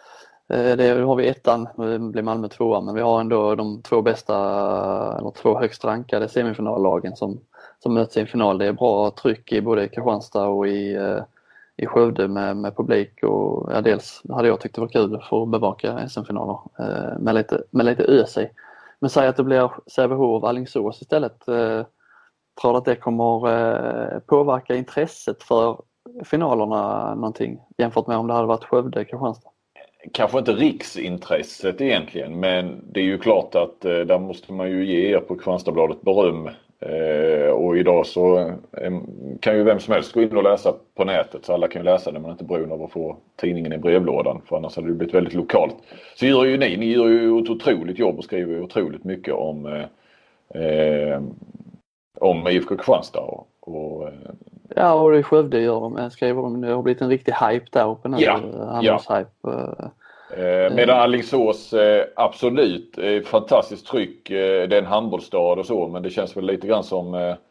det har vi ettan, det blir Malmö tvåa, men vi har ändå de två bästa, eller två högst rankade semifinallagen som, som möts i en final. Det är bra tryck i både Kristianstad och i, i Skövde med, med publik, och ja, dels hade jag tyckt det var kul för att bevaka S M-finaler med lite, med lite ös i. Men säg att det blir Sävehof och Alingsås istället. Tror du att det kommer påverka intresset för finalerna någonting jämfört med om det hade varit Skövde och Kristianstad? Kanske inte riksintresset egentligen, men det är ju klart att eh, där måste man ju ge er på Kristianstadsbladet beröm. Eh, och idag så eh, kan ju vem som helst gå in och läsa på nätet, så alla kan ju läsa det, men inte beroende av att få tidningen i brevlådan, för annars hade det blivit väldigt lokalt. Så gör ju ni, ni gör ju ett otroligt jobb och skriver ju otroligt mycket om eh, eh, om I F K Kristianstad och, och eh, ja, och i Skövde gör de, skriver de, det har blivit en riktig hype där uppe nu. Ja, ja. Hype. Eh, medan Alingsås eh, absolut eh, fantastiskt tryck, eh, det är en handbollsstad och så, men det känns väl lite grann som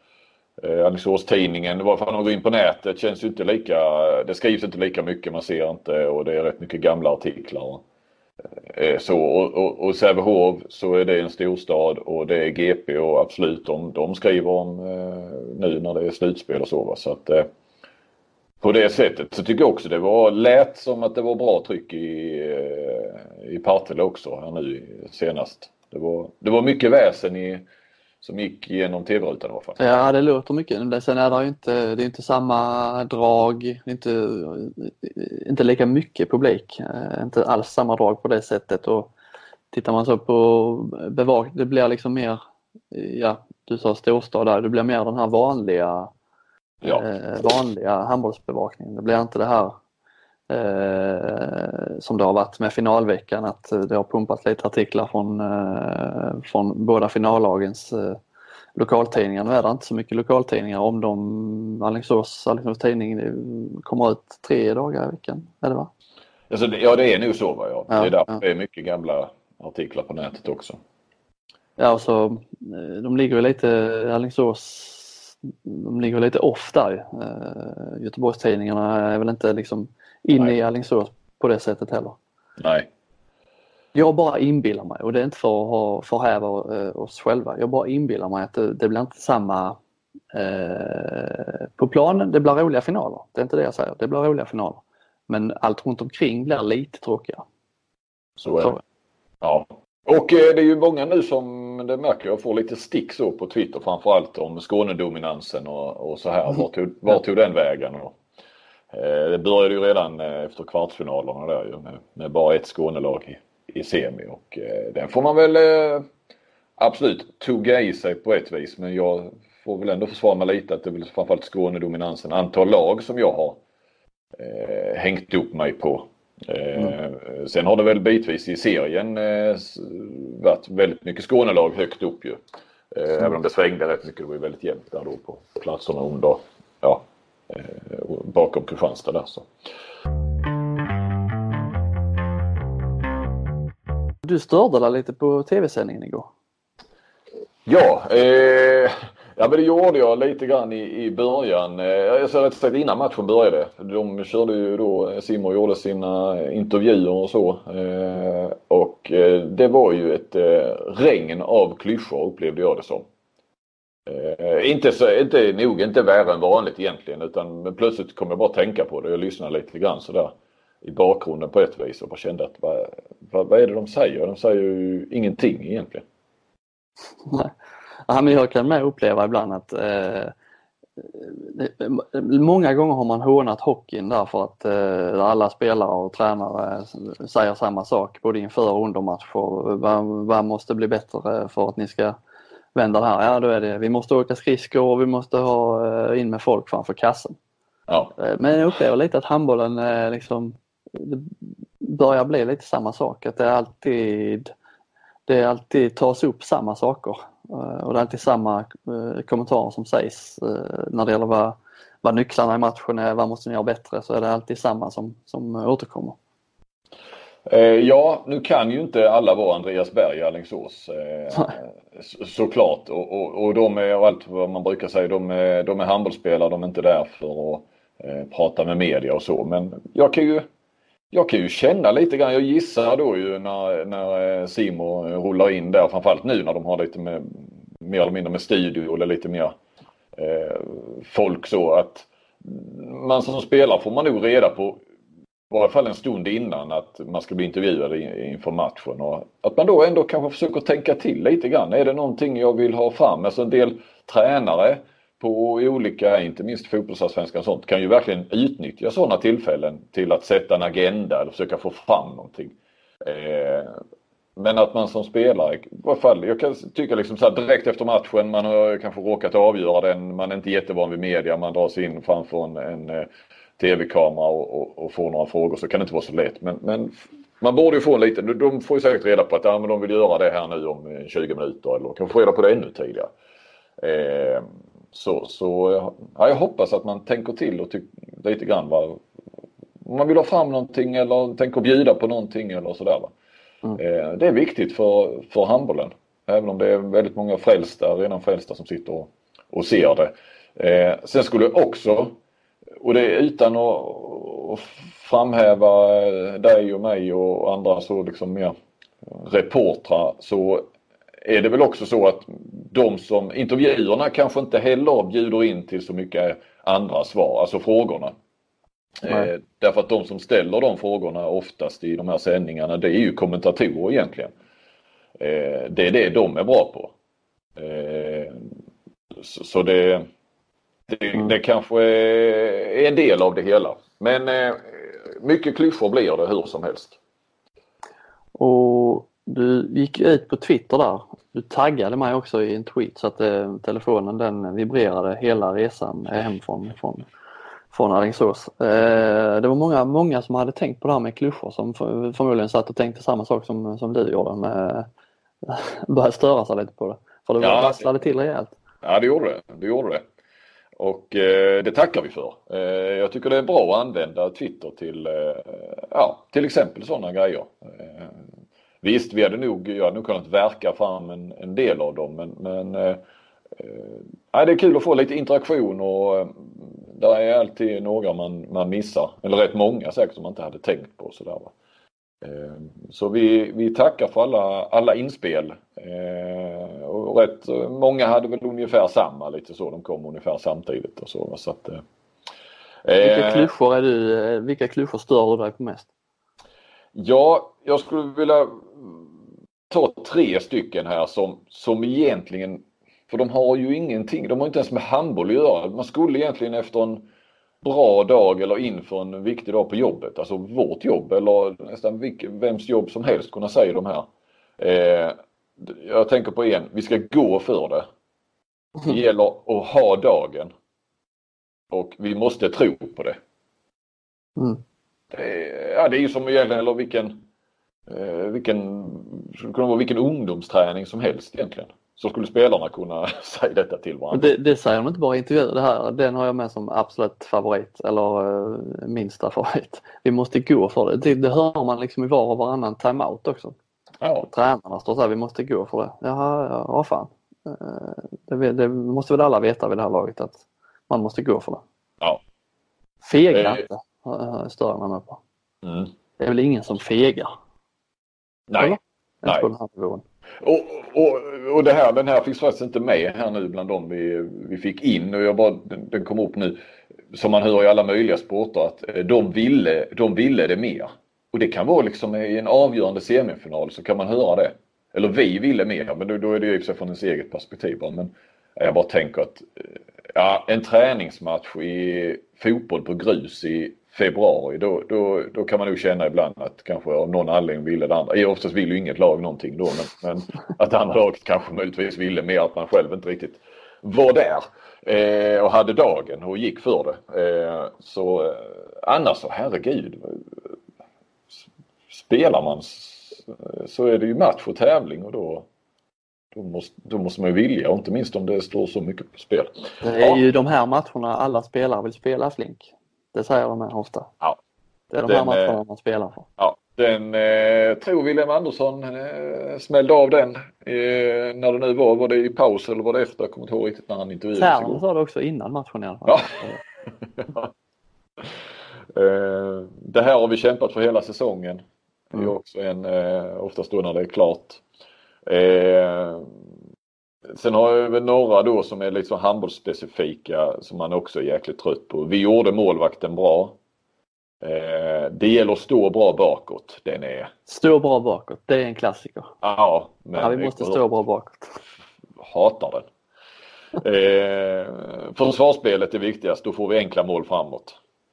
eh, Alingsås-tidningen, varför man går in på nätet, känns ju inte lika, det skrivs inte lika mycket, man ser inte, och det är rätt mycket gamla artiklar. Eh, så, och, och, och Sävehof så är det en storstad, och det är G P, och absolut de, de skriver om eh, nu när det är slutspel och så, va? Så att eh, på det sättet så tycker jag också det var lät som att det var bra tryck i, i Partille också här nu senast. Det var, det var mycket väsen i, som gick genom tv-rutan i alla fall. Ja, det låter mycket. Sen är det ju inte, det är inte samma drag, det är inte, inte lika mycket publik. Inte alls samma drag på det sättet. Och tittar man så på bevak, det blir liksom mer, ja, du sa storstad där, det blir mer den här vanliga Ja. Eh, vanliga handbollsbevakning. Det blir inte det här eh, som det har varit med finalveckan, att det har pumpat lite artiklar från, eh, från båda finallagens eh, lokaltidningar. Nu är det inte så mycket lokaltidningar om de. Alingsås, Alingsås tidning kommer ut tre dagar i veckan, är det va? Alltså, ja, det är nog så, va? Ja. Ja, det är därför ja. det är mycket gamla artiklar på nätet också. Ja, och så de ligger ju lite, Alingsås de ligger lite off där. Uh, Göteborgstidningarna är väl inte liksom inne i Alingsås på det sättet heller. Nej. Jag bara inbillar mig, och det är inte för att ha förhäva uh, oss själva. Jag bara inbillar mig att det, det blir inte samma uh, på planen. Det blir roliga finaler. Det är inte det jag säger. Det blir roliga finaler. Men allt runt omkring blir lite tråkigare. Så är det. Ja. Och eh, det är ju många nu som, det märker jag, får lite stick så på Twitter, framförallt om Skånedominansen och, och så här. Var tog, var tog den vägen? Och, eh, det började ju redan eh, efter kvartsfinalerna där ju, med, med bara ett Skånelag i, i semi. Och eh, den får man väl eh, absolut tugga i sig på ett vis. Men jag får väl ändå försvara mig lite att det är väl framförallt Skånedominansen. Antal lag som jag har eh, hängt upp mig på. Mm. Sen har det väl bitvis i serien eh, varit väldigt mycket Skånelag högt upp ju. Eh, mm. Även om det svängde rätt mycket, det var väldigt jämnt där då på platserna under, ja, eh, bakom Kristianstad där så. Du störde dig lite på tv-sändningen igår. Ja, eh, ja men det gjorde jag lite grann i, i början. Eh, jag sa rätt sagt innan matchen började. De körde ju då, Simon gjorde sina intervjuer och så. Eh, och eh, det var ju ett eh, regn av klyschor upplevde jag det som. Eh, inte, så, inte, nog inte värre än vanligt egentligen utan men plötsligt kom jag bara tänka på det. Jag lyssnade lite grann sådär i bakgrunden på ett vis och bara kände att vad, vad, vad är det de säger? De säger ju ingenting egentligen. Nej. Ja, men jag kan med uppleva ibland att eh, många gånger har man hånat hockeyn därför att eh, alla spelare och tränare säger samma sak både inför och under match. Vad, vad måste bli bättre för att ni ska vända det här? Ja, då är det vi måste åka skridskor och vi måste ha eh, in med folk framför kassen. Ja. Men jag upplever lite att handbollen eh, liksom, det börjar bli lite samma sak. Att det är alltid det är alltid tas upp samma saker. Och det är alltid samma eh, kommentarer som sägs eh, när det gäller vad, vad nycklarna i matchen är, vad måste ni göra bättre, så är det alltid samma som, som återkommer. Eh, ja, nu kan ju inte alla vara Andreas Berg i Alingsås eh, så, såklart och, och, och de är och allt vad man brukar säga, de är, de är handbollsspelare, de är inte där för att eh, prata med media och så, men jag kan ju Jag kan ju känna lite grann, jag gissar då ju när, när Simon rullar in där, framförallt nu när de har lite med, mer eller mindre med studio eller lite mer eh, folk så att man som spelar får man nog reda på i varje fall en stund innan att man ska bli intervjuad inför matchen och att man då ändå kanske försöker tänka till lite grann. Är det någonting jag vill ha fram? Alltså en del tränare på olika, inte minst fotbollsallsvenskan och sånt, kan ju verkligen utnyttja sådana tillfällen till att sätta en agenda eller försöka få fram någonting. Eh, men att man som spelare, i varje fall, jag kan tycka liksom så här direkt efter matchen, man har kanske råkat avgöra den, man är inte jättevan vid media, man drar sig in framför en, en, en tv-kamera och, och, och får några frågor, så kan det inte vara så lätt. Men, men man borde ju få en liten, de får ju säkert reda på att ja, men de vill göra det här nu om tjugo minuter eller kan få reda på det ännu tidigare. Eh, Så, så ja, jag hoppas att man tänker till och tycker lite grann vad om man vill ha fram någonting eller tänker bjuda på någonting eller sådär. Va? Mm. Eh, det är viktigt för, för handbollen. Även om det är väldigt många frälsta, redan frälsta som sitter och, och ser det. Eh, sen skulle jag också, och det är utan att, att framhäva dig och mig och andra så liksom mer reportrar, så är det väl också så att de som intervjuerna kanske inte heller bjuder in till så mycket andra svar, alltså frågorna. Eh, därför att de som ställer de frågorna oftast i de här sändningarna, det är ju kommentatorer egentligen. Eh, det är det de är bra på. Eh, så, så det, det, mm. det kanske är en del av det hela. Men eh, mycket klyschor blir det hur som helst. Och du gick ut på Twitter där. Du taggade mig också i en tweet så att eh, telefonen den vibrerade hela resan hem från, från, från Alingsås. Eh, det var många, många som hade tänkt på det här med klyschor som för, förmodligen satt och tänkte samma sak som, som du gjorde. Med, började störa sig lite på det. För det ja, vasslade till rejält. Ja, det gjorde det. Det gjorde det. Och eh, det tackar vi för. Eh, jag tycker det är bra att använda Twitter till, eh, ja, till exempel sådana grejer. Eh, Visst, vi hade nog, jag hade nog kunnat verka fram en, en del av dem, men, men eh, eh, det är kul att få lite interaktion och eh, där är alltid några man, man missar, eller rätt många säkert som man inte hade tänkt på. Sådär, va? Eh, så vi, vi tackar för alla, alla inspel eh, och rätt många hade väl ungefär samma, lite så, de kom ungefär samtidigt och så. så att, eh, vilka klyschor är du, vilka klyschor stör du dig på mest? Ja, jag skulle vilja ta tre stycken här som, som egentligen, för de har ju ingenting, de har inte ens med handboll att göra. Man skulle egentligen efter en bra dag eller inför en viktig dag på jobbet, alltså vårt jobb eller nästan vilken, vems jobb som helst kunna säga de här. Eh, jag tänker på en, vi ska gå för det. Det gäller att ha dagen. Och vi måste tro på det. Mm. Det, ja, det är ju som egentligen, eller vilken, eh, vilken, skulle kunna vara vilken ungdomsträning som helst egentligen. Så skulle spelarna kunna säga detta till varandra. Det, det säger de inte bara i intervjuer. Det här, den har jag med som absolut favorit eller uh, minsta favorit. Vi måste gå för det. det. Det hör man liksom i var och varannan timeout också. Ja. Tränarna står så här, vi måste gå för det. Jaha, ja, ja fan. Uh, det, det måste väl alla veta vid det här laget att man måste gå för det. Ja. Fega det... inte, uh, stör man med på. Mm. Det är väl ingen som fegar? Nej. Nej. På den här nivån. Och, och, och det här, den här finns faktiskt inte med här nu bland dem vi, vi fick in. Och jag bara, den, den kom upp nu, som man hör i alla möjliga sporter, att de ville, de ville det mer. Och det kan vara liksom i en avgörande semifinal så kan man höra det. Eller vi ville mer, men då, då är det ju i och för sig från ens eget perspektiv. Men jag bara tänker att ja, en träningsmatch i fotboll på grus i februari, då, då, då kan man nog känna ibland att kanske av någon anledning ville det andra. Oftast vill ju inget lag någonting då, men, men att andra laget kanske möjligtvis ville mer, att man själv inte riktigt var där eh, och hade dagen och gick för det. Eh, så eh, annars så, herregud, spelar man så är det ju match och tävling och då Då måste, då måste man ju vilja, och inte minst om det står så mycket på spel. Det är ja. ju de här matcherna alla spelare vill spela flink. Det säger de här ofta. Ja. Det är de den, här matcherna man spelar för. Ja, den eh, tror William Andersson eh, smällde av den eh, när det nu var. Var det i paus eller var det efter? Jag kommer inte ihåg riktigt när han intervjuades igår. Tärn sa det också innan matchen i alla fall. Ja. ja. eh, det här har vi kämpat för hela säsongen. Det är mm. också en, eh, oftast då när det är klart. Eh, sen har jag väl några då som är liksom handbollsspecifika som man också är jäkligt trött på. Vi gjorde målvakten bra. Eh, det gäller att stå bra bakåt. Den är... Stå bra bakåt, det är en klassiker. Ja, men ja, vi måste stå bra bakåt. Hatar den. Eh, försvarsspelet är viktigast, då får vi enkla mål framåt.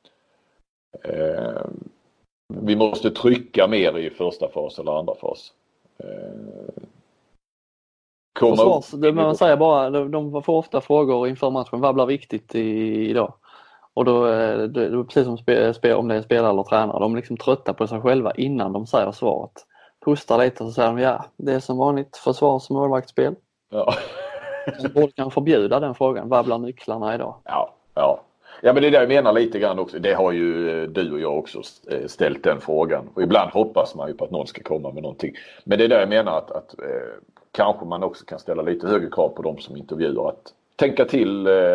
Eh, vi måste trycka mer i första fas eller andra fas. Eh, Försvars, det man säger bara, de får ofta frågor inför matchen, vad blir viktigt i, idag? Och då är det precis som spe, spe, om det är spelare eller tränare, de är liksom trötta på sig själva innan de säger svaret. Pustar lite och så säger de, ja, det är som vanligt försvars- och målvaktsspel. Ja. De borde kan förbjuda den frågan, vad blir nycklarna idag? Ja, ja. Ja, men det är det jag menar lite grann också. Det har ju du och jag också ställt den frågan. Och ibland hoppas man ju på att någon ska komma med någonting. Men det är där jag menar att, att eh, kanske man också kan ställa lite högre krav på dem som intervjuar. Att tänka till eh,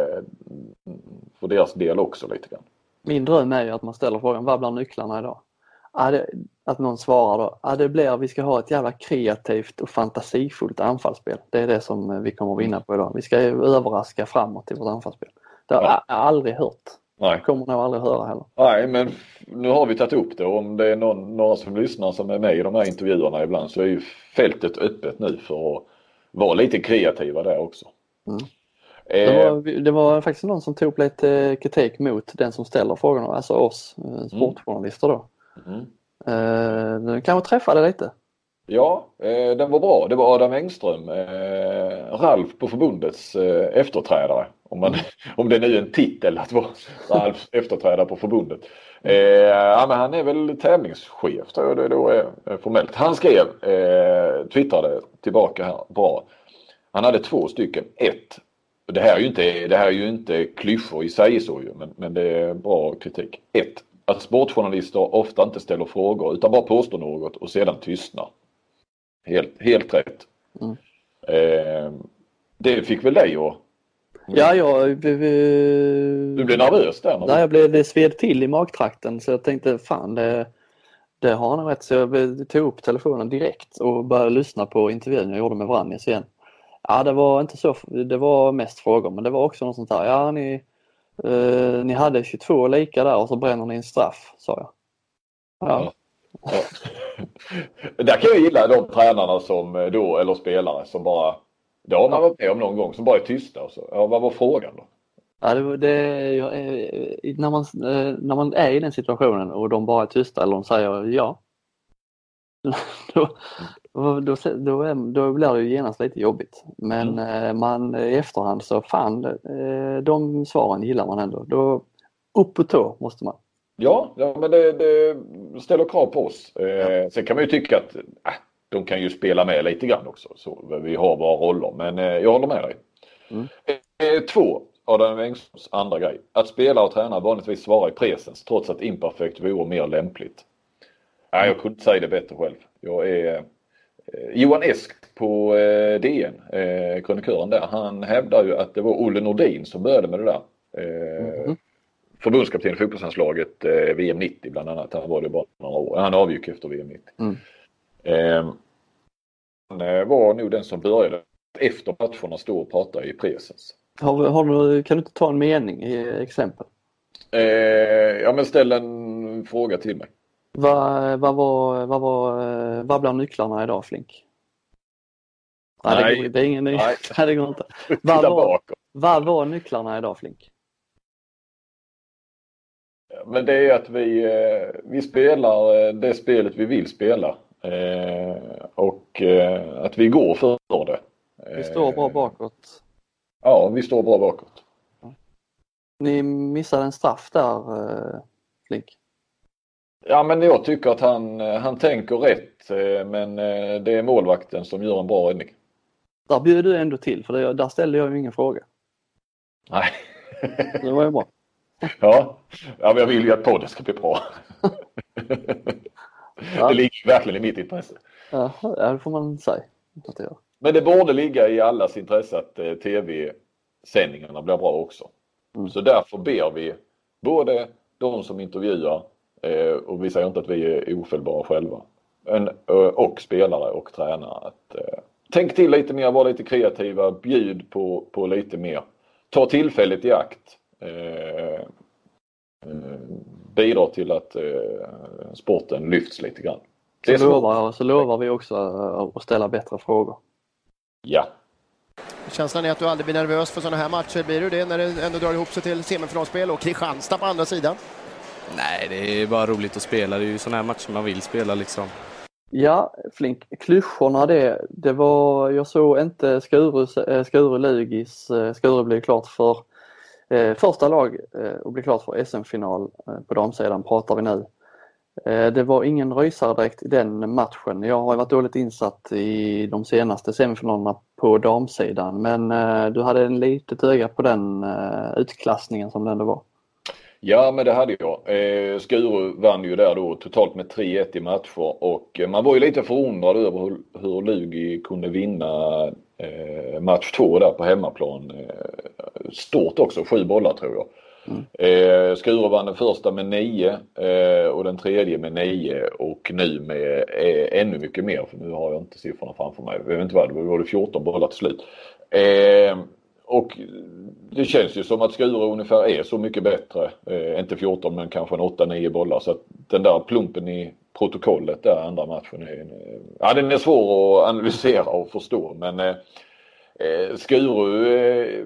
för deras del också lite grann. Min dröm är ju att man ställer frågan, vad blir nycklarna idag? Det, att någon svarar då, ja, det blir vi ska ha ett jävla kreativt och fantasifullt anfallsspel. Det är det som vi kommer att vinna på idag. Vi ska överraska framåt i vårt anfallsspel. Det har ja. jag aldrig hört. Nej. Kommer nog aldrig höra heller. Nej, men nu har vi tagit upp det. Om det är någon, några som lyssnar som är med i de här intervjuerna ibland, så är ju fältet öppet nu för att vara lite kreativa där också. Mm. Eh, det, var, det var faktiskt någon som tog upp lite kritik mot den som ställer frågorna, alltså oss sportjournalister då. Mm. Eh, den kanske träffade lite. Ja, eh, den var bra. Det var Adam Engström, eh, Ralf på förbundets eh, efterträdare. Om, man, om det nu är en titel att vara Ralfs efterträdare på förbundet. Eh, ja, men han är väl tävlingschef, tror jag det då är formellt. Han skrev, eh, twittrade tillbaka här, bra. Han hade två stycken. Ett, det här är ju inte, det här är ju inte klyschor i sig så ju, men, men det är bra kritik. Ett, att sportjournalister ofta inte ställer frågor utan bara påstår något och sedan tystnar. Helt, helt rätt. Mm. Eh, det fick väl dig att... Ja, jag... Vi, du blev nervös där? Nej, jag blev det sved till i magtrakten så jag tänkte, fan, det, det har han rätt. Så jag tog upp telefonen direkt och började lyssna på intervjun jag gjorde med Vranjes igen. Ja, det var inte så... Det var mest frågor, men det var också något sånt här. Ja, ni, eh, ni hade tjugotvå lika där och så bränner ni en straff, sa jag. Ja. ja. Ja. Där kan jag gilla de tränarna som då, eller spelare som bara, det har man varit med om någon gång, som bara är tysta och så. Ja, vad var frågan då? Ja, det, det, när, man, när man är i den situationen och de bara är tysta eller de säger ja, då, då, då, då, då blir det ju genast lite jobbigt. Men mm. man i efterhand så fan, de svaren gillar man ändå. Då upp på tå måste man. Ja, ja men det, det ställer krav på oss. Eh, sen kan man ju tycka att äh, de kan ju spela med lite grann också. Så vi har våra roller. Men eh, jag håller med dig. Mm. Eh, två, Adam Engströms andra grej. Att spela och träna vanligtvis svarar i presens trots att imperfekt vore mer lämpligt. Nej, jag kunde inte säga det bättre själv. Jag är eh, Johan Esk på eh, D N, eh, kronikören där. Han hävdar ju att det var Olle Nordin som började med det där. Eh, mm. Förbundskapten i fotbollslandslaget eh, V M nittio bland annat. Han var det bara några år. Han avgick efter V M nittio. Mm. Eh, han var nog den som började efter matcherna stå och prata i presens. Har, har du, kan du inte ta en mening i exempel? Eh, ja, men ställ en fråga till mig. Vad, vad, var, vad, var, vad blir nycklarna idag, Flink? Nej, nej, det, går, det är ingen ny. Nej. Nej, det går inte. Vad var, vad var nycklarna idag, Flink? Men det är att vi, vi spelar det spelet vi vill spela. Och att vi går för det. Vi står bra bakåt. Ja, vi står bra bakåt. Ni missade en straff där, Flink. Ja, men jag tycker att han, han tänker rätt. Men det är målvakten som gör en bra räddning. Där bjöd du ändå till, för det, där ställde jag ju ingen fråga. Nej. Det var ju bra. Ja, ja, men jag vill ju att podden ska bli bra. Ja. Det ligger verkligen i mitt intresse. Ja, det får man säga. Men det borde ligga i allas intresse att eh, tv-sändningarna blir bra också. Mm. Så därför ber vi både de som intervjuar, eh, och vi säger inte att vi är ofelbara själva, en, och spelare och tränare att eh, tänk till lite mer, var lite kreativa, bjud på, på lite mer. Ta tillfället i akt. Eh, eh, bidra till att eh, sporten lyfts lite grann. Det så, lovar, så lovar vi också att ställa bättre frågor. Ja. Känslan är att du aldrig blir nervös för sådana här matcher. Blir du det när det ändå drar ihop sig till semifinalspel och Kristianstad på andra sidan? Nej, det är bara roligt att spela. Det är ju sådana här matcher man vill spela liksom. Ja, Flink. Klyschorna det, det var, jag såg inte Skuru, Skuru Lugis. Skuru blev klart för eh, första lag eh, och blev klart för S M-final eh, på damsidan pratar vi nu. Eh, det var ingen rysare direkt i den matchen. Jag har varit dåligt insatt i de senaste semifinalerna på damsidan, men eh, du hade en litet öga på den eh, utklassningen som den det var. Ja, men det hade jag. Eh, Skuru vann ju där då totalt med tre ett i matcher och man var ju lite förundrad över hur, hur Lugi kunde vinna eh, match två där på hemmaplan. Eh, stort också, sju bollar tror jag. Mm. Eh, Skuru vann den första med nio eh, och den tredje med nio och nu med eh, ännu mycket mer, för nu har jag inte siffrorna framför mig. Jag vet inte vad det var, det var fjorton bollar till slut. Eh, Och det känns ju som att Skuru ungefär är så mycket bättre. Eh, inte fjorton men kanske en åtta nio bollar. Så att den där plumpen i protokollet där andra matchen är, ja, den är svår att analysera och förstå. Men eh, Skuru eh,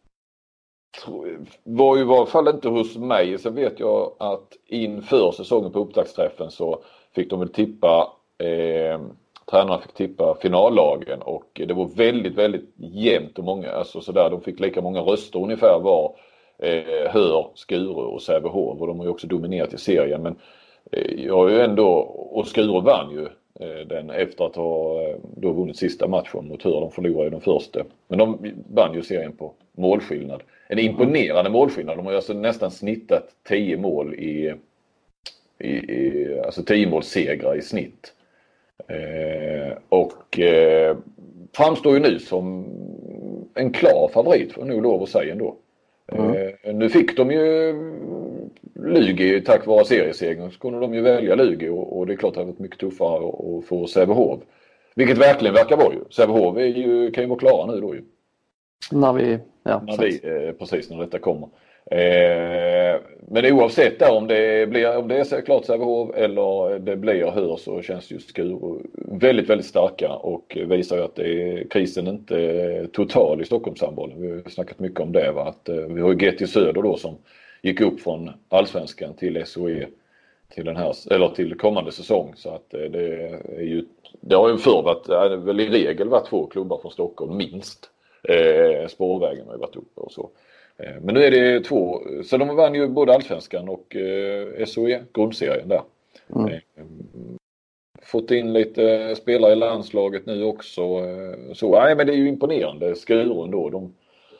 var ju i varje fall inte hos mig. Sen vet jag att inför säsongen på upptaktsträffen så fick de väl tippa... Eh, Tränarna fick tippa finallagen och det var väldigt, väldigt jämnt och många, alltså sådär, de fick lika många röster ungefär var eh, Hör, Skuru och Sävehof och de har ju också dominerat i serien, men eh, jag har ju ändå, och Skuru vann ju eh, den efter att ha eh, då vunnit sista matchen mot Hör, de förlorade ju den första, men de vann ju serien på målskillnad. En imponerande målskillnad, de har ju alltså nästan snittat tio mål i, i, i alltså tio målsegrar i snitt. Eh, och eh, framstår ju nu som en klar favorit, får jag nog lov att säga ändå. Mm. Eh, nu fick de ju Lugi tack vare seriesegern, så kunde de ju välja Lugi och, och det är klart att det har varit mycket tuffare att få Sävehof. Vilket verkligen verkar vara ju. Sävehof är ju, kan ju vara klara nu då ju. När vi, ja, när vi eh, precis när detta kommer. Eh, men oavsett där om det blir, om det är så klart Sävehof eller det blir Hör, så känns ju Skuru väldigt, väldigt starka och visar ju att det är, krisen inte är total i Stockholmshandbollen. Vi har snackat mycket om det, va? Att, eh, vi har ju G T Söder då som gick upp från Allsvenskan till S O E till den här, eller till kommande säsong, så att eh, det är ju, det har ju förr varit, det väl i regel varit två klubbar från Stockholm minst. Eh, Spårvägen har ju varit uppe och så. Men nu är det två, så de vann ju både Allsvenskan och eh, S O E grundserien där. Mm. fått in lite spelare i landslaget nu också. Så, nej, men det är ju imponerande. Skuren då, de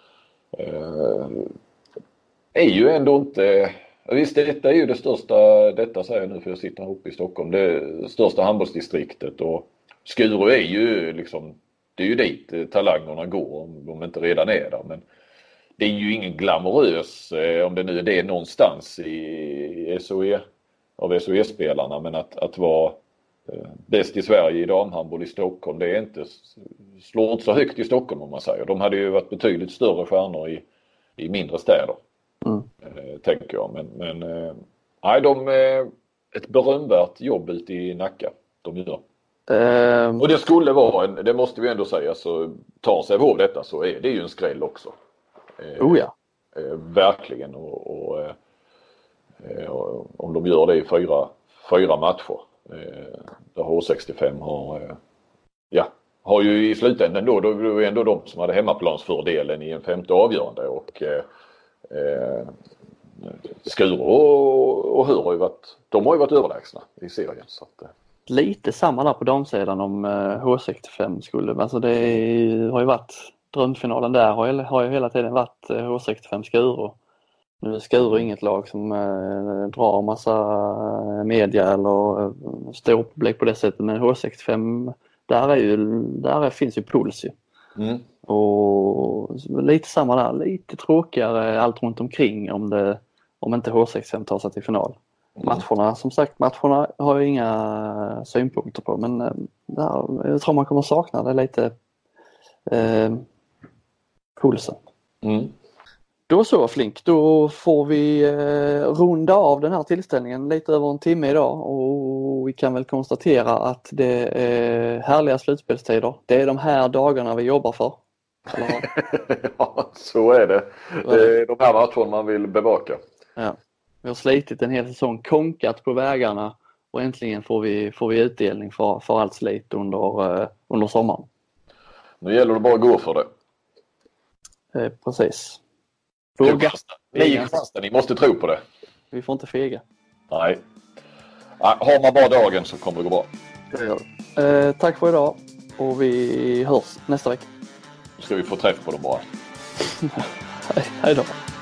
eh, är ju ändå inte... Visst, detta är ju det största, detta säger jag nu för jag sitter här uppe i Stockholm, det största handbollsdistriktet, och Skuru är ju liksom, det är ju dit talangerna går om de inte redan är där, men det är ju ingen glamorös, om det nu är det någonstans i S O E, av S O E-spelarna, men att, att vara bäst i Sverige i damhandboll i Stockholm, det är inte, slår inte så högt i Stockholm om man säger. De hade ju varit betydligt större stjärnor i, i mindre städer. Mm. Eh, tänker jag. Men, men eh, nej, de eh, ett berömvärt jobb ute i Nacka de gör. Um... Och det skulle vara en, det måste vi ändå säga, så tar sig av detta så är det ju en skräll också. Eh, oh ja. Eh, verkligen. Och, och, eh, och om de gör det i fyra, fyra matcher. Eh, där H sextiofem har eh, ja, har ju i slutändan då, då är det ändå de som hade hemmaplansfördelen i en femte avgörande, och eh, Eh, Skuru och, och Hur har ju varit, de har ju varit överlägsna i serien, så att, eh. Lite samma där på damsidan om eh, H sextiofem skulle, alltså det är, har ju varit drömfinalen där har ju, har ju hela tiden varit eh, H sextiofem Skuru. Nu är Skuru inget lag som eh, drar massa media eller eh, stor publik på det sättet, men H sextiofem där är ju, där är, finns ju puls ju. Mm. Och lite samma där, lite tråkigare allt runt omkring om det, om inte H sextiofem tar sig till final. Mm. Matcherna, som sagt, matcherna har jag inga synpunkter på, men där, jag tror man kommer sakna det lite eh, pulsen. Mm. Då så Flink, då får vi eh, runda av den här tillställningen lite över en timme idag, och vi kan väl konstatera att det är härliga slutspelstider. Det är de här dagarna vi jobbar för. Ja, så är det. Det är de här matcherna man vill bevaka. Ja. Vi har slitit en hel säsong, konkat på vägarna, och äntligen får vi, får vi utdelning för, för allt slit under, eh, under sommaren. Nu gäller det bara att gå för det. Eh, precis. Fråga. Ni i Kristianstad, ni måste tro på det. Vi får inte fega. Nej. Har man bara dagen så kommer det gå bra. Det gör det. Eh, tack för idag, och vi hörs nästa vecka. Då ska vi få träff på dem bara. Hej, hej då.